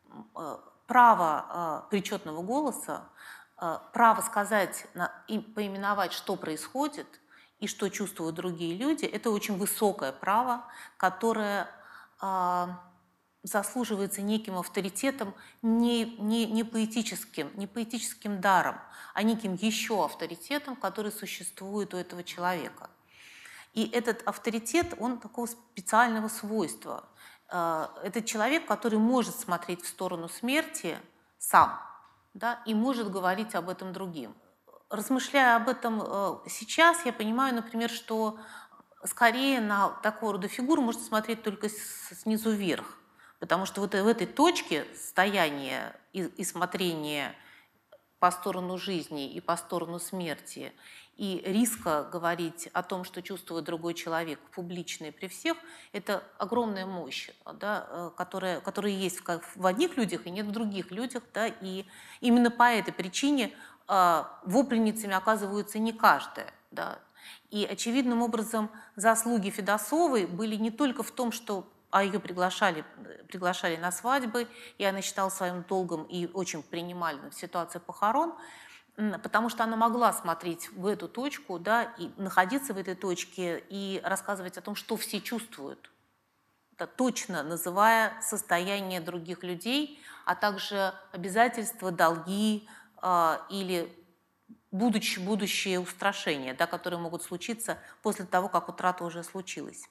право причетного голоса, право сказать, поименовать, что происходит и что чувствуют другие люди, это очень высокое право, которое заслуживается неким авторитетом, не поэтическим даром, а неким еще авторитетом, который существует у этого человека. И этот авторитет, он такого специального свойства. Это человек, который может смотреть в сторону смерти сам, да, и может говорить об этом другим. Размышляя об этом сейчас, я понимаю, например, что скорее на такого рода фигуру можно смотреть только снизу вверх, потому что вот в этой точке стояния и смотрения по сторону жизни и по сторону смерти, и риска говорить о том, что чувствует другой человек, публично и при всех, это огромная мощь, да, которая есть в одних людях и нет в других людях. Да, и именно по этой причине вопленницами оказываются не каждая. Да. И очевидным образом заслуги Федосовой были не только в том, что ее приглашали на свадьбы, и она считала своим долгом и очень принимали в ситуации похорон, потому что она могла смотреть в эту точку, да, и находиться в этой точке и рассказывать о том, что все чувствуют, да, точно называя состояние других людей, а также обязательства, долги или будущие устрашения, да, которые могут случиться после того, как утрата уже случилась.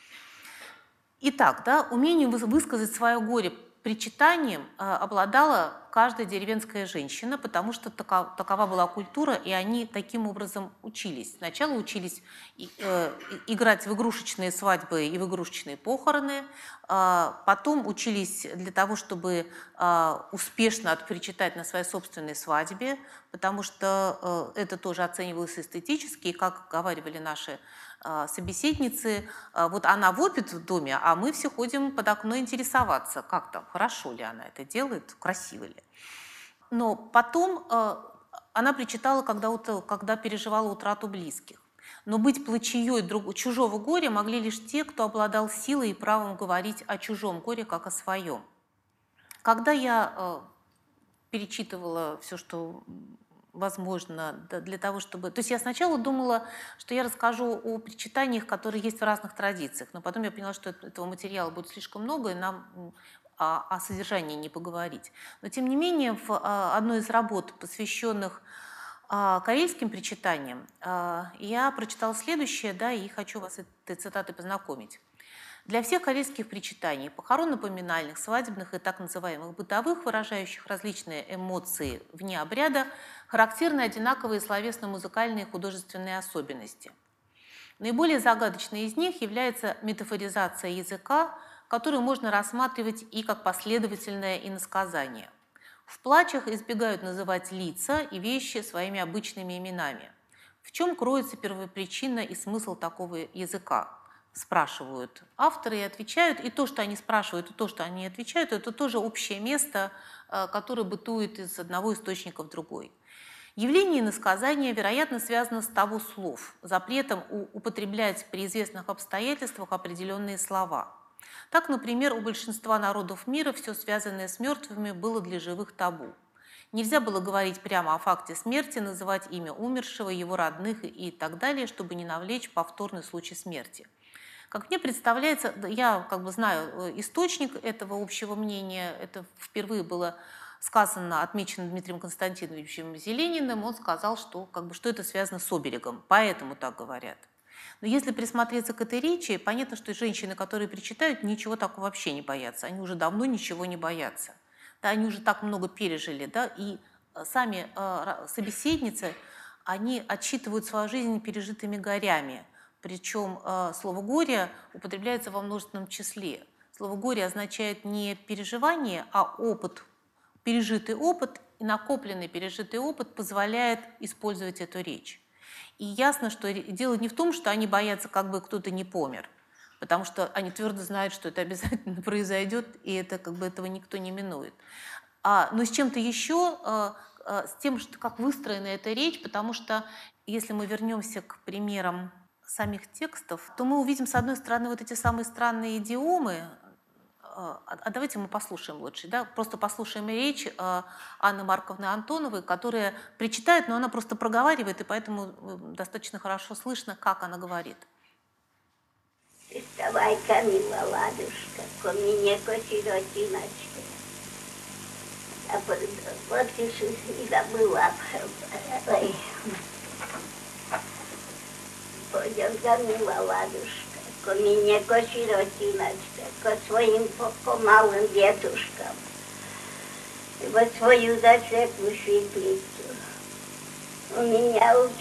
Итак, да, умением высказать свое горе причитанием обладала каждая деревенская женщина, потому что такова была культура, и они таким образом учились. Сначала учились играть в игрушечные свадьбы и в игрушечные похороны, потом учились для того, чтобы успешно отпричитать на своей собственной свадьбе, потому что это тоже оценивалось эстетически, и, как говаривали наши собеседницы, вот она вопит в доме, а мы все ходим под окно интересоваться, как там, хорошо ли она это делает, красиво ли. Но потом она причитала, когда переживала утрату близких. Но быть плачеей чужого горя могли лишь те, кто обладал силой и правом говорить о чужом горе, как о своем. Когда я перечитывала все, что возможно, для того, чтобы... То есть я сначала думала, что я расскажу о причитаниях, которые есть в разных традициях, но потом я поняла, что этого материала будет слишком много, и нам о содержании не поговорить. Но, тем не менее, в одной из работ, посвященных карельским причитаниям, я прочитала следующее, да, и хочу вас этой цитатой познакомить. Для всех карельских причитаний, похорон-напоминальных, свадебных и так называемых бытовых, выражающих различные эмоции вне обряда, характерны одинаковые словесно-музыкальные и художественные особенности. Наиболее загадочной из них является метафоризация языка, которую можно рассматривать и как последовательное иносказание. В плачах избегают называть лица и вещи своими обычными именами. В чем кроется первопричина и смысл такого языка? Спрашивают авторы и отвечают, и то, что они спрашивают, и то, что они отвечают, это тоже общее место, которое бытует из одного источника в другой. Явление иносказания, вероятно, связано с табу слов, запретом употреблять при известных обстоятельствах определенные слова. Так, например, у большинства народов мира все связанное с мертвыми было для живых табу. Нельзя было говорить прямо о факте смерти, называть имя умершего, его родных и так далее, чтобы не навлечь повторный случай смерти. Как мне представляется, я знаю источник этого общего мнения, это впервые было сказано, отмечено Дмитрием Константиновичем Зелениным, он сказал, что это связано с оберегом, поэтому так говорят. Но если присмотреться к этой речи, понятно, что женщины, которые причитают, ничего такого вообще не боятся, они уже давно ничего не боятся. Да, они уже так много пережили, да, и сами собеседницы, они отсчитывают свою жизнь пережитыми горями. Причем слово «горе» употребляется во множественном числе. Слово «горе» означает не переживание, а опыт. Пережитый опыт и накопленный пережитый опыт позволяет использовать эту речь. И ясно, что дело не в том, что они боятся, как бы кто-то не помер, потому что они твердо знают, что это обязательно произойдет, и этого никто не минует. Но с чем-то еще, с тем, как выстроена эта речь, потому что если мы вернемся к примерам самих текстов, то мы увидим, с одной стороны, вот эти самые странные идиомы. Давайте мы послушаем лучше, да? Просто послушаем речь Анны Марковны Антоновой, которая причитает, но она просто проговаривает, и поэтому достаточно хорошо слышно, как она говорит. Вставай-ка, мила ладушка, ко мне сиротиночка. А подпишись, не забыла. ходят, гамила ладушка, ко мне, ко сиротиночка, ко своим ко малым детушкам, во свою засветлую светлицу. У меня у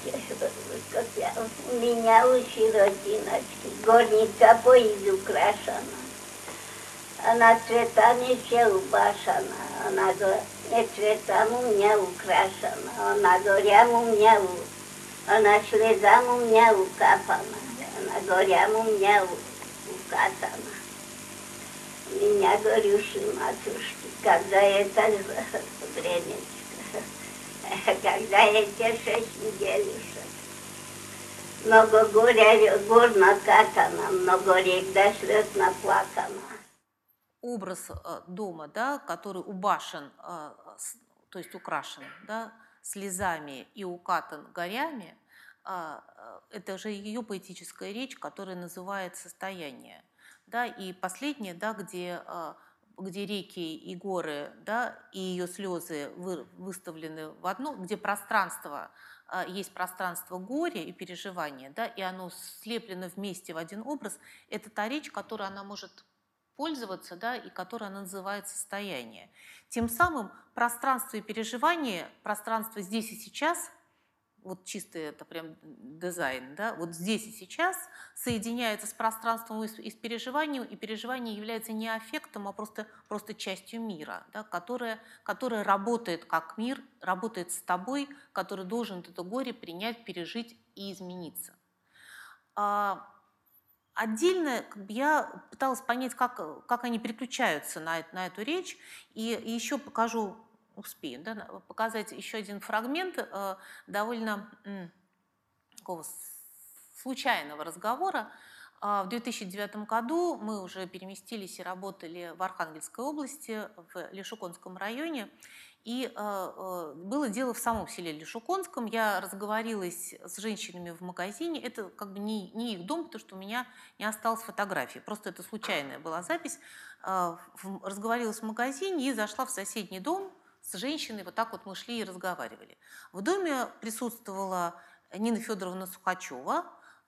сиротиночки горница поезд украшена. Она цветами все убашена, она не цветами у меня украшена, она горям у меня, она слезам у меня укапана, она горям у меня укатана. Меня горюшие матушки, когда это времечко, когда эти 6 неделюшек. Много горя, гор накатано, много рек до слез наплакано. Образ дома, да, который убашен, то есть украшен, да, слезами и укатан горями, это же ее поэтическая речь, которая называет «Состояние». Да, и последнее, да, где реки и горы, да, и ее слезы выставлены в одно, где пространство, есть пространство горя и переживания, да, и оно слеплено вместе в один образ, это та речь, которой она может пользоваться, да, и которая она называет «состояние». Тем самым пространство и переживание, пространство здесь и сейчас, вот чисто это прям дизайн, да, вот здесь и сейчас соединяется с пространством и с переживанием, и переживание является не аффектом, а просто частью мира, да, которая работает как мир, работает с тобой, который должен это горе принять, пережить и измениться. Отдельно я пыталась понять, как они переключаются на эту речь, и еще успею, да, показать еще один фрагмент довольно такого случайного разговора. В 2009 году мы уже переместились и работали в Архангельской области, в Лешуконском районе. И было дело в самом селе Лешуконском. Я разговорилась с женщинами в магазине. Это как бы не их дом, потому что у меня не осталось фотографий. Просто это случайная была запись. Разговорилась в магазине и зашла в соседний дом с женщиной. Вот так вот мы шли и разговаривали. В доме присутствовала Нина Федоровна Сухачева,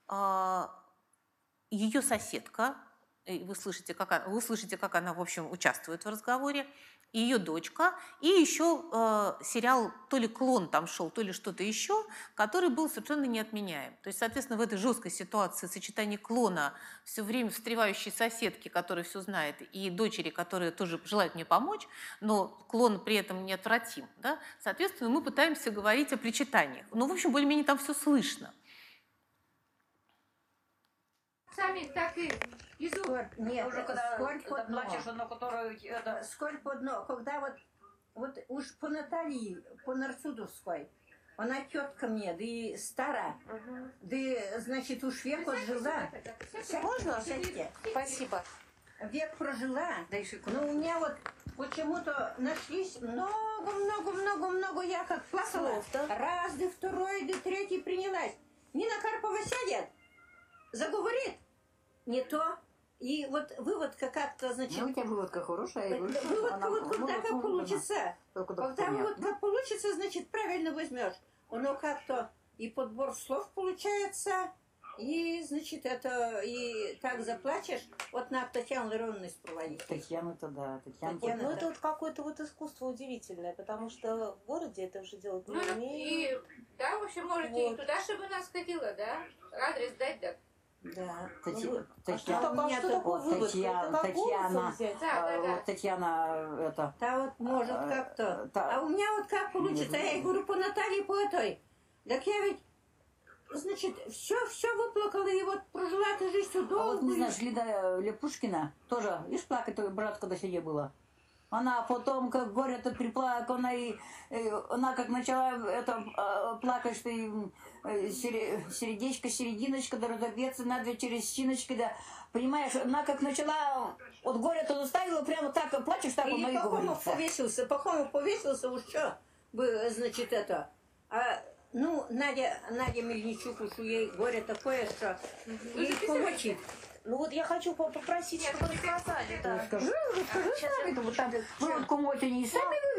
ее соседка. Вы слышите, как она, в общем, участвует в разговоре. И ее дочка, и еще сериал то ли «Клон» там шел, то ли что-то еще, который был совершенно неотменяем. То есть, соответственно, в этой жесткой ситуации сочетание клона, все время встревающей соседки, которая все знает, и дочери, которая тоже желает мне помочь, но клон при этом неотвратим, да? Соответственно, мы пытаемся говорить о причитаниях. Ну, в общем, более-менее там все слышно. Сами так и везут. Нет, Уже когда сколь под дно. плачешь, но которую... Сколь под дно. Когда вот уж по Наталье, по Нарцудовской, она тетка мне, да и стара, да, значит, уж век отжила. Можно? Сядьте. Спасибо. Век прожила. Но у меня вот почему-то нашлись много, я как плакала. Раз, да второй, да третий принялась. Нина Карпова сядет, заговорит, не то. И вот выводка как-то, значит... Ну, у тебя выводка хорошая. Выводка такая получится. Когда выводка получится, значит, правильно возьмешь. Оно как-то и подбор слов получается, и, значит, это... И так заплачешь. Вот на Татьяну Лероновну спроводить. Татьяна-то да. Ну, это вот какое-то вот искусство удивительное, потому что в городе это уже делать не умеют. И, да, в общем, можете и туда, чтобы нас ходила, да? Адрес дать, да? Да. Татьяна, это... Да вот может как-то. А у меня вот как получится? Я ей говорю, по Наталье, по этой. Так я ведь, значит, все выплакала, и вот прожила эту жизнь всю долго. А вот не знаешь, Лида Лепушкина тоже, видишь, плакать твой брат, когда сидя была. Она потом, как горе-то приплакана, и она как начала это плакать, что и серединочка, да разобьется надо через щиночки, да. Понимаешь, она как начала, от горя-то заставила, прямо так плачешь, так он и говорится. Пахомов повесился, уж что, значит, это. А, ну, Надя Мельничук, уж ей горе такое, что ей помочь. Ну вот я хочу попросить, чтобы вы сказали. Да. Скажи сами, вот там выводку можете не сами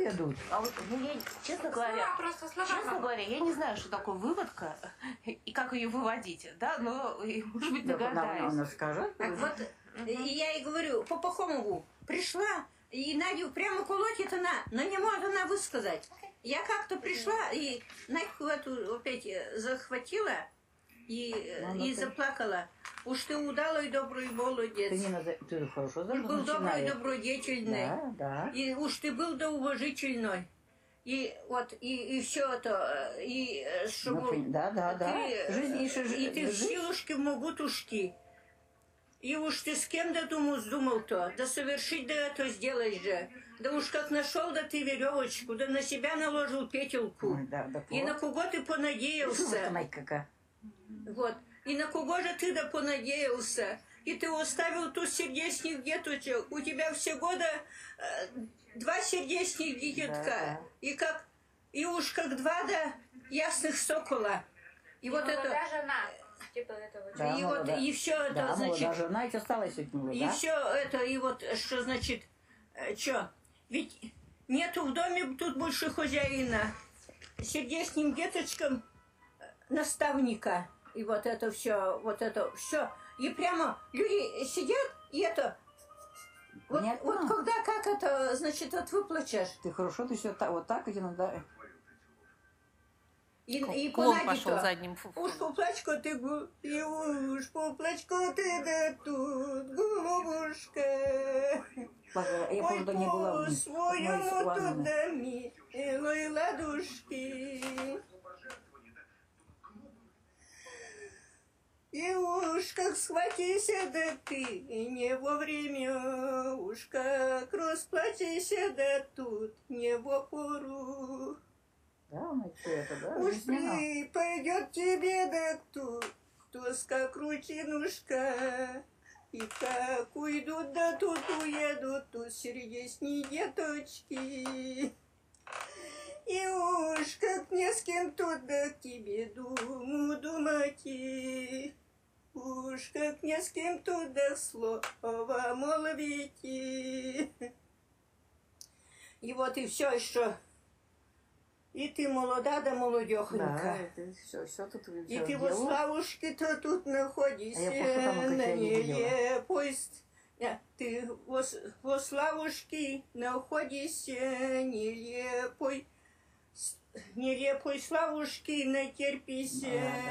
ведут. А вот, ну, я, честно говоря, я не знаю, что такое выводка и как ее выводить, да, но, может быть, догадаюсь. Она скажет. Вот, и я ей говорю, по Пахомову пришла, и Надю прямо колотит она, но не может она высказать. Я как-то пришла, и Надьку эту опять захватила, и заплакала. Уж ты удалый, добрый молодец. Ты хорошо Уж был добрый, добродетельный. Да, да. И уж ты был да уважительный. И вот, и все это, и чтобы... Да. И ты в силушке в могутушки. И уж ты с кем да думал-то, да совершить да это сделать же. Да уж как нашел да ты веревочку, да на себя наложил петелку. И на кого ты понадеялся. Вот. И на кого же ты да понадеялся? И ты оставил тут сердечных деточек. У тебя все года 2 сердечных детка. Да. И уж как 2 да ясных сокола. И вот это... жена. Типа этого. Да, и вот, и все это, да, значит... жена ведь осталась от него, и все это, и вот, что значит... Что? Ведь нету в доме тут больше хозяина. Сердечным деточкам наставника. И вот это все. И прямо люди сидят, и это... Вот когда, как это, значит, вот выплачешь. Ты хорошо, ты все вот так иногда... И клон пошел задним. Уж поплачь-ка ты, да тут, голубушка. Ой, по-своему туда милой ладушки. И уж как схватися, да ты не вовремя, уж как расплатися, да тут не в пору. Да, это, да. Уж ты пойдет тебе, да кто как ручинушка. И как уйдут, да тут уедут, тут сердечные деточки. И уж как не с кем тут, да к тебе думать. Уж как не с кем тут, да слово молвить. И вот и все еще. И ты молода да молодехонька. Да, все тут и ты во Славушке-то тут находишься на нелепость. Ты во Славушке находишься нелепой Славушки натерпись.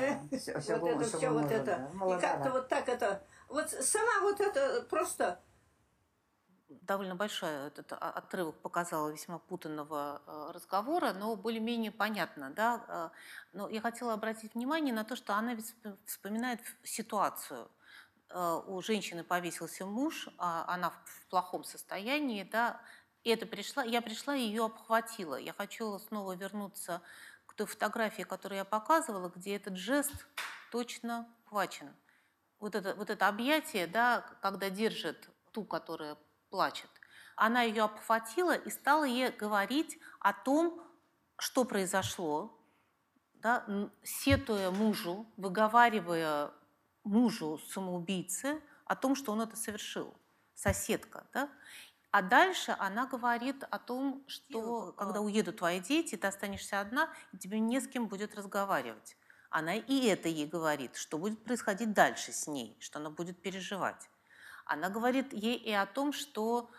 Вот это. И как-то вот так это. Вот сама вот это просто... Довольно большой этот отрывок показал весьма путанного разговора, но более-менее понятно. Да? Но я хотела обратить внимание на то, что она ведь вспоминает ситуацию. У женщины повесился муж, она в плохом состоянии. Да? И я пришла и ее обхватила. Я хочу снова вернуться к той фотографии, которую я показывала, где этот жест точно хвачен. Вот это объятие, да, когда держит ту, которая плачет. Она ее обхватила и стала ей говорить о том, что произошло, да, сетуя мужу, выговаривая мужу самоубийцы о том, что он это совершил. Соседка. Да? А дальше она говорит о том, что когда уедут твои дети, ты останешься одна, и тебе не с кем будет разговаривать. Она и это ей говорит, что будет происходить дальше с ней, что она будет переживать. Она говорит ей и о том, что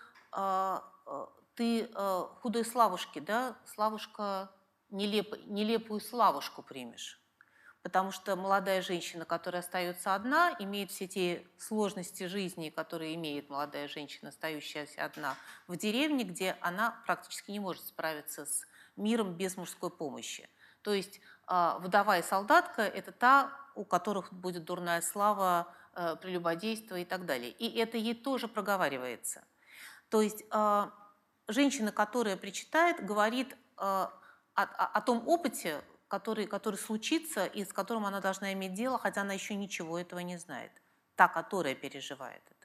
ты худой Славушке, да, Славушка, нелепую Славушку примешь. Потому что молодая женщина, которая остается одна, имеет все те сложности жизни, которые имеет молодая женщина, остающаяся одна в деревне, где она практически не может справиться с миром без мужской помощи. То есть вдова и солдатка – это та, у которых будет дурная слава, прелюбодейство и так далее. И это ей тоже проговаривается. То есть женщина, которая причитает, говорит о том опыте, который случится и с которым она должна иметь дело, хотя она еще ничего этого не знает. Та, которая переживает это.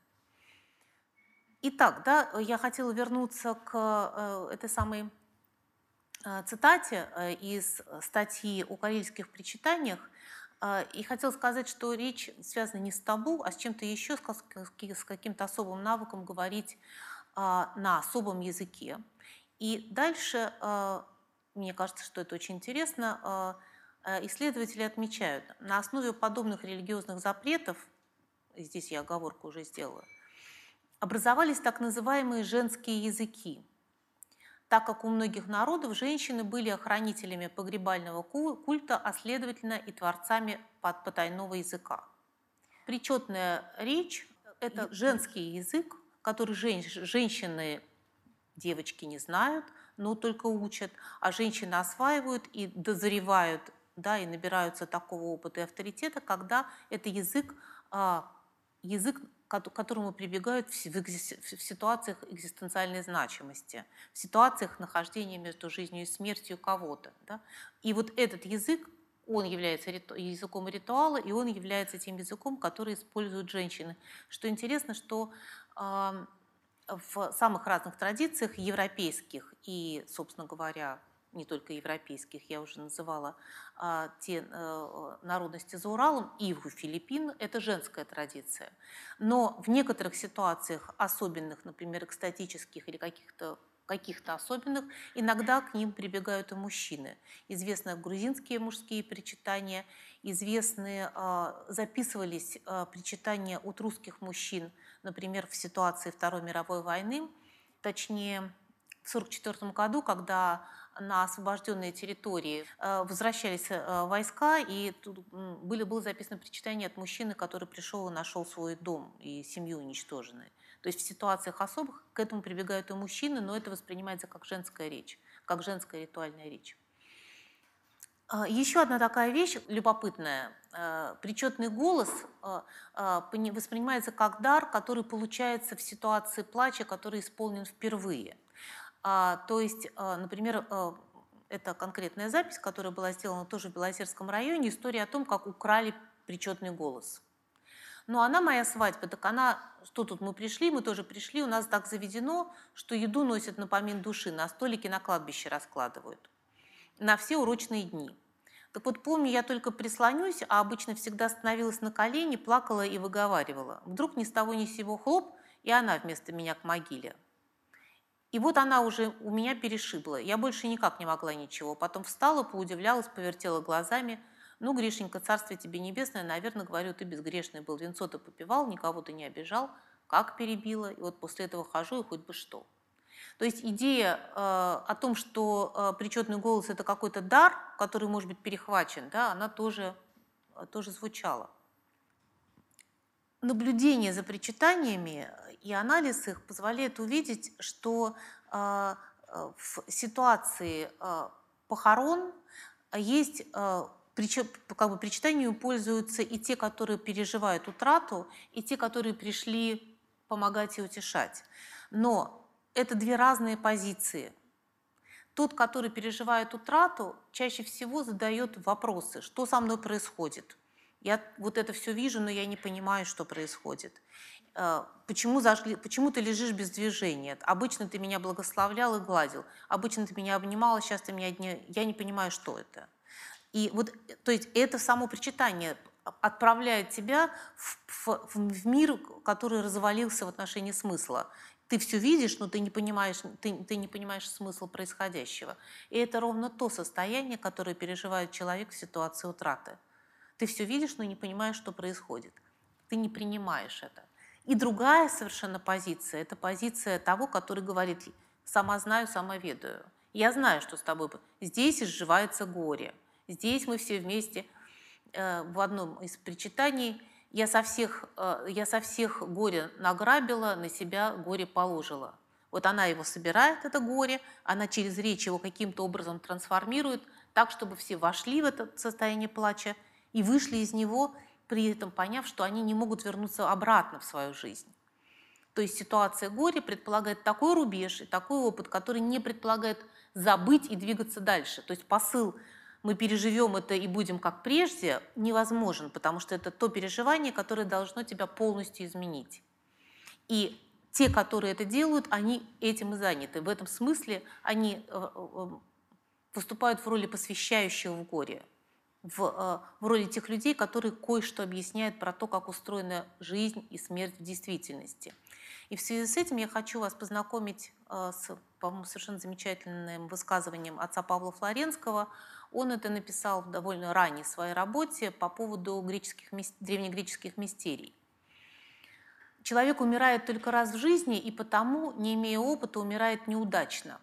Итак, да, я хотела вернуться к этой самой цитате из статьи о карельских причитаниях. И хотела сказать, что речь связана не с табу, а с чем-то еще, с каким-то особым навыком говорить на особом языке. И дальше, мне кажется, что это очень интересно, исследователи отмечают, на основе подобных религиозных запретов, здесь я оговорку уже сделала, образовались так называемые женские языки, так как у многих народов женщины были охранителями погребального культа, а следовательно и творцами потайного языка. Причетная речь – это женский язык, который женщины, девочки не знают, но только учат, а женщины осваивают и дозревают, да, и набираются такого опыта и авторитета, когда это язык, к которому прибегают в ситуациях экзистенциальной значимости, в ситуациях нахождения между жизнью и смертью кого-то. Да? И вот этот язык, он является языком ритуала, и он является тем языком, который используют женщины. Что интересно, что в самых разных традициях, европейских и, собственно говоря, не только европейских, я уже называла те народности за Уралом, и в Филиппин, это женская традиция. Но в некоторых ситуациях особенных, например, экстатических или каких-то особенных, иногда к ним прибегают и мужчины. Известны грузинские мужские причитания, известны, записывались причитания от русских мужчин, например, в ситуации Второй мировой войны, точнее, в 1944 году, когда на освобожденные территории возвращались войска, и тут было записано причитание от мужчины, который пришел и нашел свой дом и семью уничтоженной. То есть в ситуациях особых к этому прибегают и мужчины, но это воспринимается как женская речь, как женская ритуальная речь. Еще одна такая вещь любопытная. Причетный голос воспринимается как дар, который получается в ситуации плача, который исполнен впервые. То есть, например, это конкретная запись, которая была сделана тоже в Белозерском районе, история о том, как украли причетный голос. Но она моя свадьба, так она, что тут мы тоже пришли, у нас так заведено, что еду носят на помин души, на столики на кладбище раскладывают, на все урочные дни. Так вот, помню, я только прислонюсь, а обычно всегда становилась на колени, плакала и выговаривала. Вдруг ни с того ни с сего хлоп, и она вместо меня к могиле. И вот она уже у меня перешибла. Я больше никак не могла ничего. Потом встала, поудивлялась, повертела глазами. Ну, Гришенька, царствие тебе небесное, наверное, говорю, ты безгрешный был. Винцо ты попивал, никого ты не обижал. Как перебила. И вот после этого хожу, и хоть бы что. То есть идея о том, что причетный голос – это какой-то дар, который может быть перехвачен, да, она тоже звучала. Наблюдение за причитаниями и анализ их позволяет увидеть, что в ситуации похорон есть, причитанию пользуются и те, которые переживают утрату, и те, которые пришли помогать и утешать. Но это две разные позиции. Тот, который переживает утрату, чаще всего задает вопросы, что со мной происходит. Я вот это все вижу, но я не понимаю, что происходит. Почему ты лежишь без движения? Обычно ты меня благословлял и гладил. Обычно ты меня обнимала, сейчас ты меня... Я не понимаю, что это. И вот, то есть это само причитание отправляет тебя в мир, который развалился в отношении смысла. Ты все видишь, но ты не понимаешь смысл происходящего. И это ровно то состояние, которое переживает человек в ситуации утраты. Ты все видишь, но не понимаешь, что происходит. Ты не принимаешь это. И другая совершенно позиция – это позиция того, который говорит «сама знаю, сама ведаю». Я знаю, что с тобой. Здесь изживается горе. Здесь мы все вместе в одном из причитаний я со всех горе награбила, на себя горе положила. Вот она его собирает, это горе, она через речь его каким-то образом трансформирует, так, чтобы все вошли в это состояние плача и вышли из него, при этом поняв, что они не могут вернуться обратно в свою жизнь. То есть ситуация горя предполагает такой рубеж и такой опыт, который не предполагает забыть и двигаться дальше. То есть посыл «мы переживем это и будем как прежде» невозможен, потому что это то переживание, которое должно тебя полностью изменить. И те, которые это делают, они этим и заняты. В этом смысле они выступают в роли посвящающих в горе, в роли тех людей, которые кое-что объясняют про то, как устроена жизнь и смерть в действительности. И в связи с этим я хочу вас познакомить с, по-моему, совершенно замечательным высказыванием отца Павла Флоренского. Он это написал в довольно ранней своей работе по поводу древнегреческих мистерий. Человек умирает только раз в жизни, и потому, не имея опыта, умирает неудачно.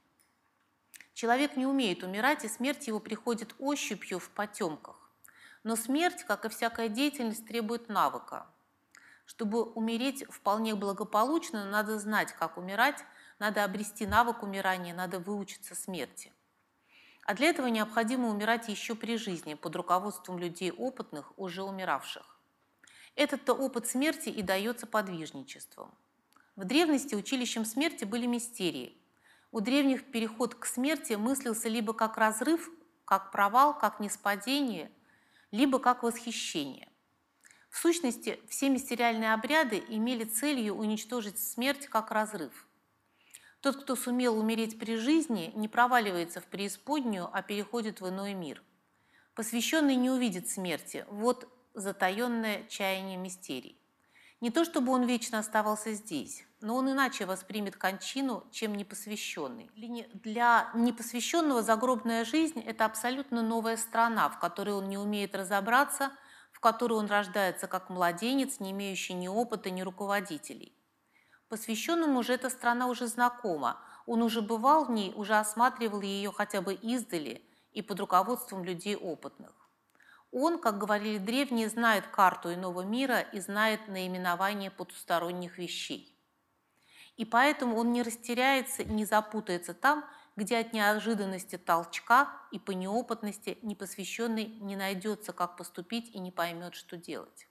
Человек не умеет умирать, и смерть его приходит ощупью в потемках. Но смерть, как и всякая деятельность, требует навыка. Чтобы умереть вполне благополучно, надо знать, как умирать, надо обрести навык умирания, надо выучиться смерти. А для этого необходимо умирать еще при жизни, под руководством людей опытных, уже умиравших. Этот-то опыт смерти и дается подвижничеством. В древности училищем смерти были мистерии. У древних переход к смерти мыслился либо как разрыв, как провал, как ниспадение, либо как восхищение. В сущности, все мистериальные обряды имели целью уничтожить смерть как разрыв. Тот, кто сумел умереть при жизни, не проваливается в преисподнюю, а переходит в иной мир. Посвященный не увидит смерти. Вот затаенное чаяние мистерий. Не то чтобы он вечно оставался здесь, но он иначе воспримет кончину, чем непосвященный. Для непосвященного загробная жизнь – это абсолютно новая страна, в которой он не умеет разобраться, в которой он рождается как младенец, не имеющий ни опыта, ни руководителей. Посвященному же эта страна уже знакома, он уже бывал в ней, уже осматривал ее хотя бы издали и под руководством людей опытных. Он, как говорили древние, знает карту иного мира и знает наименование потусторонних вещей. И поэтому он не растеряется и не запутается там, где от неожиданности толчка и по неопытности непосвященный не найдется, как поступить и не поймет, что делать.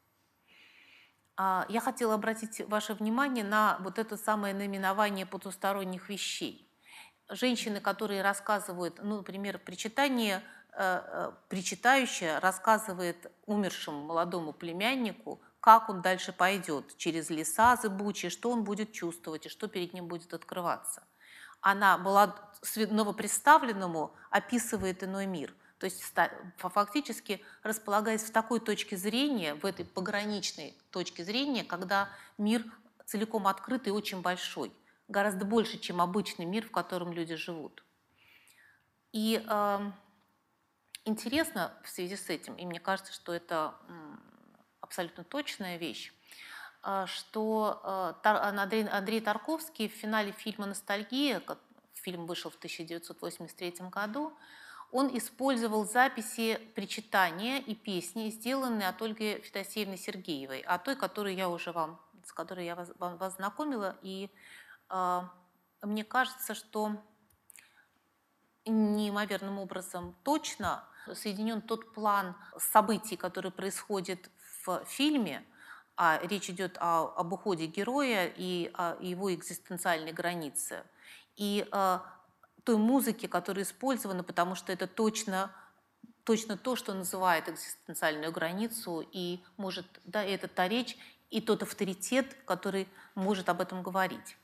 Я хотела обратить ваше внимание на вот это самое наименование потусторонних вещей. Женщины, которые рассказывают, например, причитающая рассказывает умершему молодому племяннику, как он дальше пойдет через леса зыбучие, что он будет чувствовать и что перед ним будет открываться. Она новопредставленному описывает иной мир. То есть фактически располагаясь в такой точке зрения, в этой пограничной точке зрения, когда мир целиком открыт и очень большой, гораздо больше, чем обычный мир, в котором люди живут. И интересно в связи с этим, и мне кажется, что это абсолютно точная вещь, что Андрей Тарковский в финале фильма «Ностальгия», фильм вышел в 1983 году, он использовал записи причитания и песни, сделанные от Ольги Федосеевны Сергеевой, о той, с которой я вас знакомила. И мне кажется, что неимоверным образом точно соединен тот план событий, который происходит в фильме, а речь идет об уходе героя и о его экзистенциальной границе, и той музыке, которая использована, потому что это точно то, что называет экзистенциальную границу, и может, да, это та речь и тот авторитет, который может об этом говорить.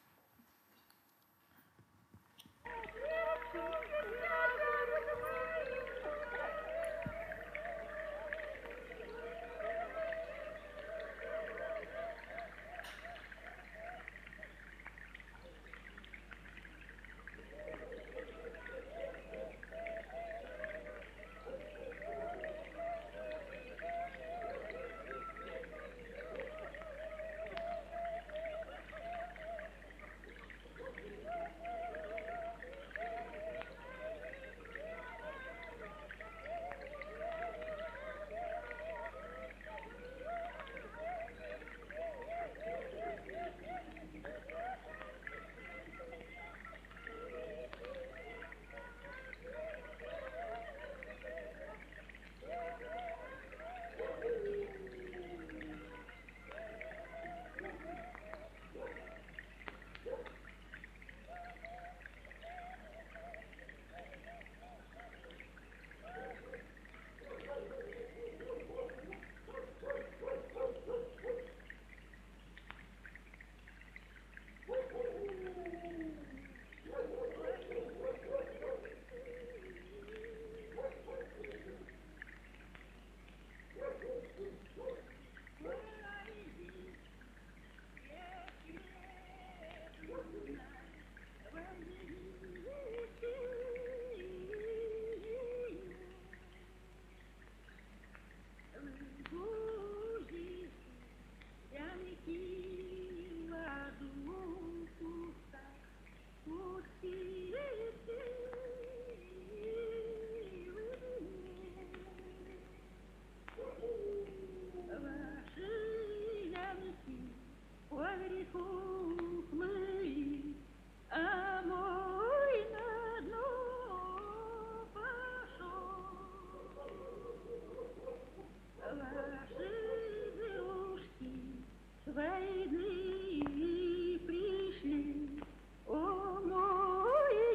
войны пришли, о мой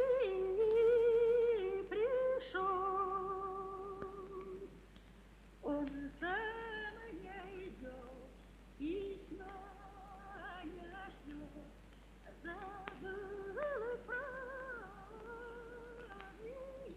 не пришел. Он сам не идет, письма не шлет, забыл память.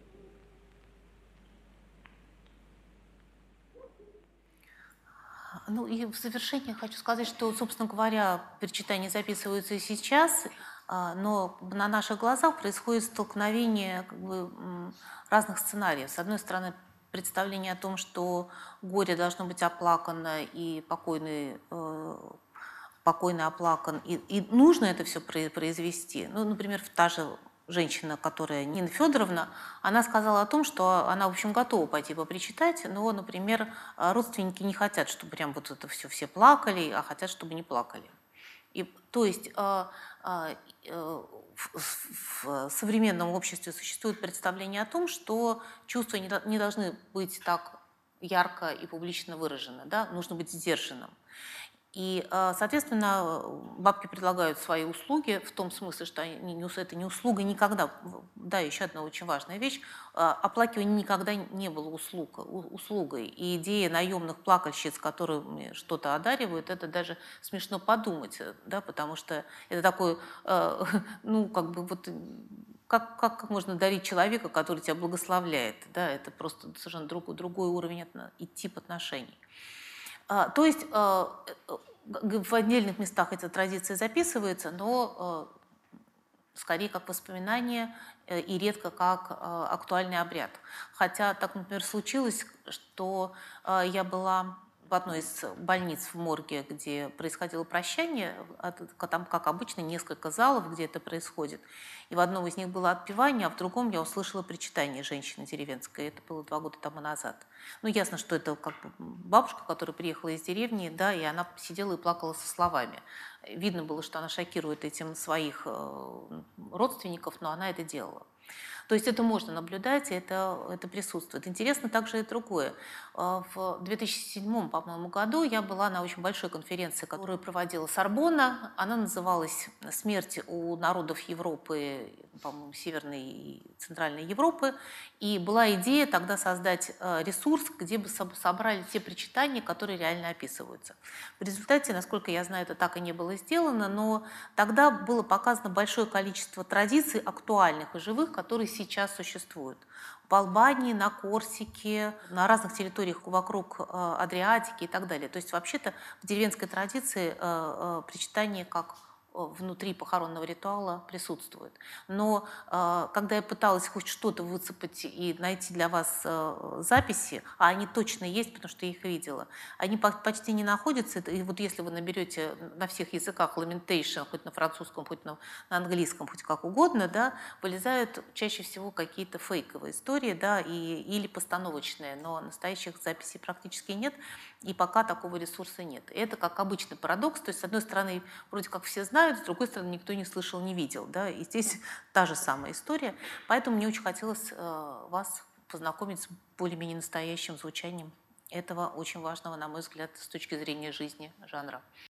Ну и в завершение хочу сказать, что, собственно говоря, причитания записываются и сейчас, но на наших глазах происходит столкновение разных сценариев. С одной стороны, представление о том, что горе должно быть оплакано и покойный оплакан, и нужно это все произвести. Ну, например, та же женщина, которая Нина Федоровна, она сказала о том, что она, в общем, готова пойти попричитать, но, например, родственники не хотят, чтобы прям вот это все плакали, а хотят, чтобы не плакали. И, то есть в современном обществе существует представление о том, что чувства не должны быть так ярко и публично выражены, да? Нужно быть сдержанным. И, соответственно, бабки предлагают свои услуги в том смысле, что это не услуга никогда. Да, еще одна очень важная вещь. Оплакивание никогда не было услугой. И идея наемных плакальщиц, которые что-то одаривают, это даже смешно подумать, да, потому что это такой, как можно дарить человека, который тебя благословляет, да, это просто совершенно другой уровень и тип отношений. То есть в отдельных местах эта традиция записывается, но скорее как воспоминание и редко как актуальный обряд. Хотя так, например, случилось, что я была в одной из больниц в морге, где происходило прощание, там, как обычно, несколько залов, где это происходит. И в одном из них было отпевание, а в другом я услышала причитание женщины деревенской. Это было 2 года тому назад. Ну, ясно, что это как бы бабушка, которая приехала из деревни, да, и она сидела и плакала со словами. Видно было, что она шокирует этим своих родственников, но она это делала. То есть это можно наблюдать, и это присутствует. Интересно также и другое. В 2007, по-моему, году я была на очень большой конференции, которую проводила Сорбонна. Она называлась «Смерть у народов Европы», по-моему, Северной и Центральной Европы. И была идея тогда создать ресурс, где бы собрали те причитания, которые реально описываются. В результате, насколько я знаю, это так и не было сделано, но тогда было показано большое количество традиций актуальных и живых, которые сейчас существуют. В Албании, на Корсике, на разных территориях вокруг Адриатики и так далее. То есть вообще-то в деревенской традиции причитание как внутри похоронного ритуала присутствует. Но когда я пыталась хоть что-то выцепать и найти для вас записи, а они точно есть, потому что я их видела, они почти не находятся. И вот если вы наберете на всех языках lamentation, хоть на французском, хоть на английском, хоть как угодно, да, вылезают чаще всего какие-то фейковые истории, да, или постановочные, но настоящих записей практически нет, и пока такого ресурса нет. И это как обычный парадокс, то есть с одной стороны вроде как все знают, с другой стороны никто не слышал, не видел, да, и здесь та же самая история, поэтому мне очень хотелось вас познакомить с более-менее настоящим звучанием этого очень важного, на мой взгляд, с точки зрения жизни жанра.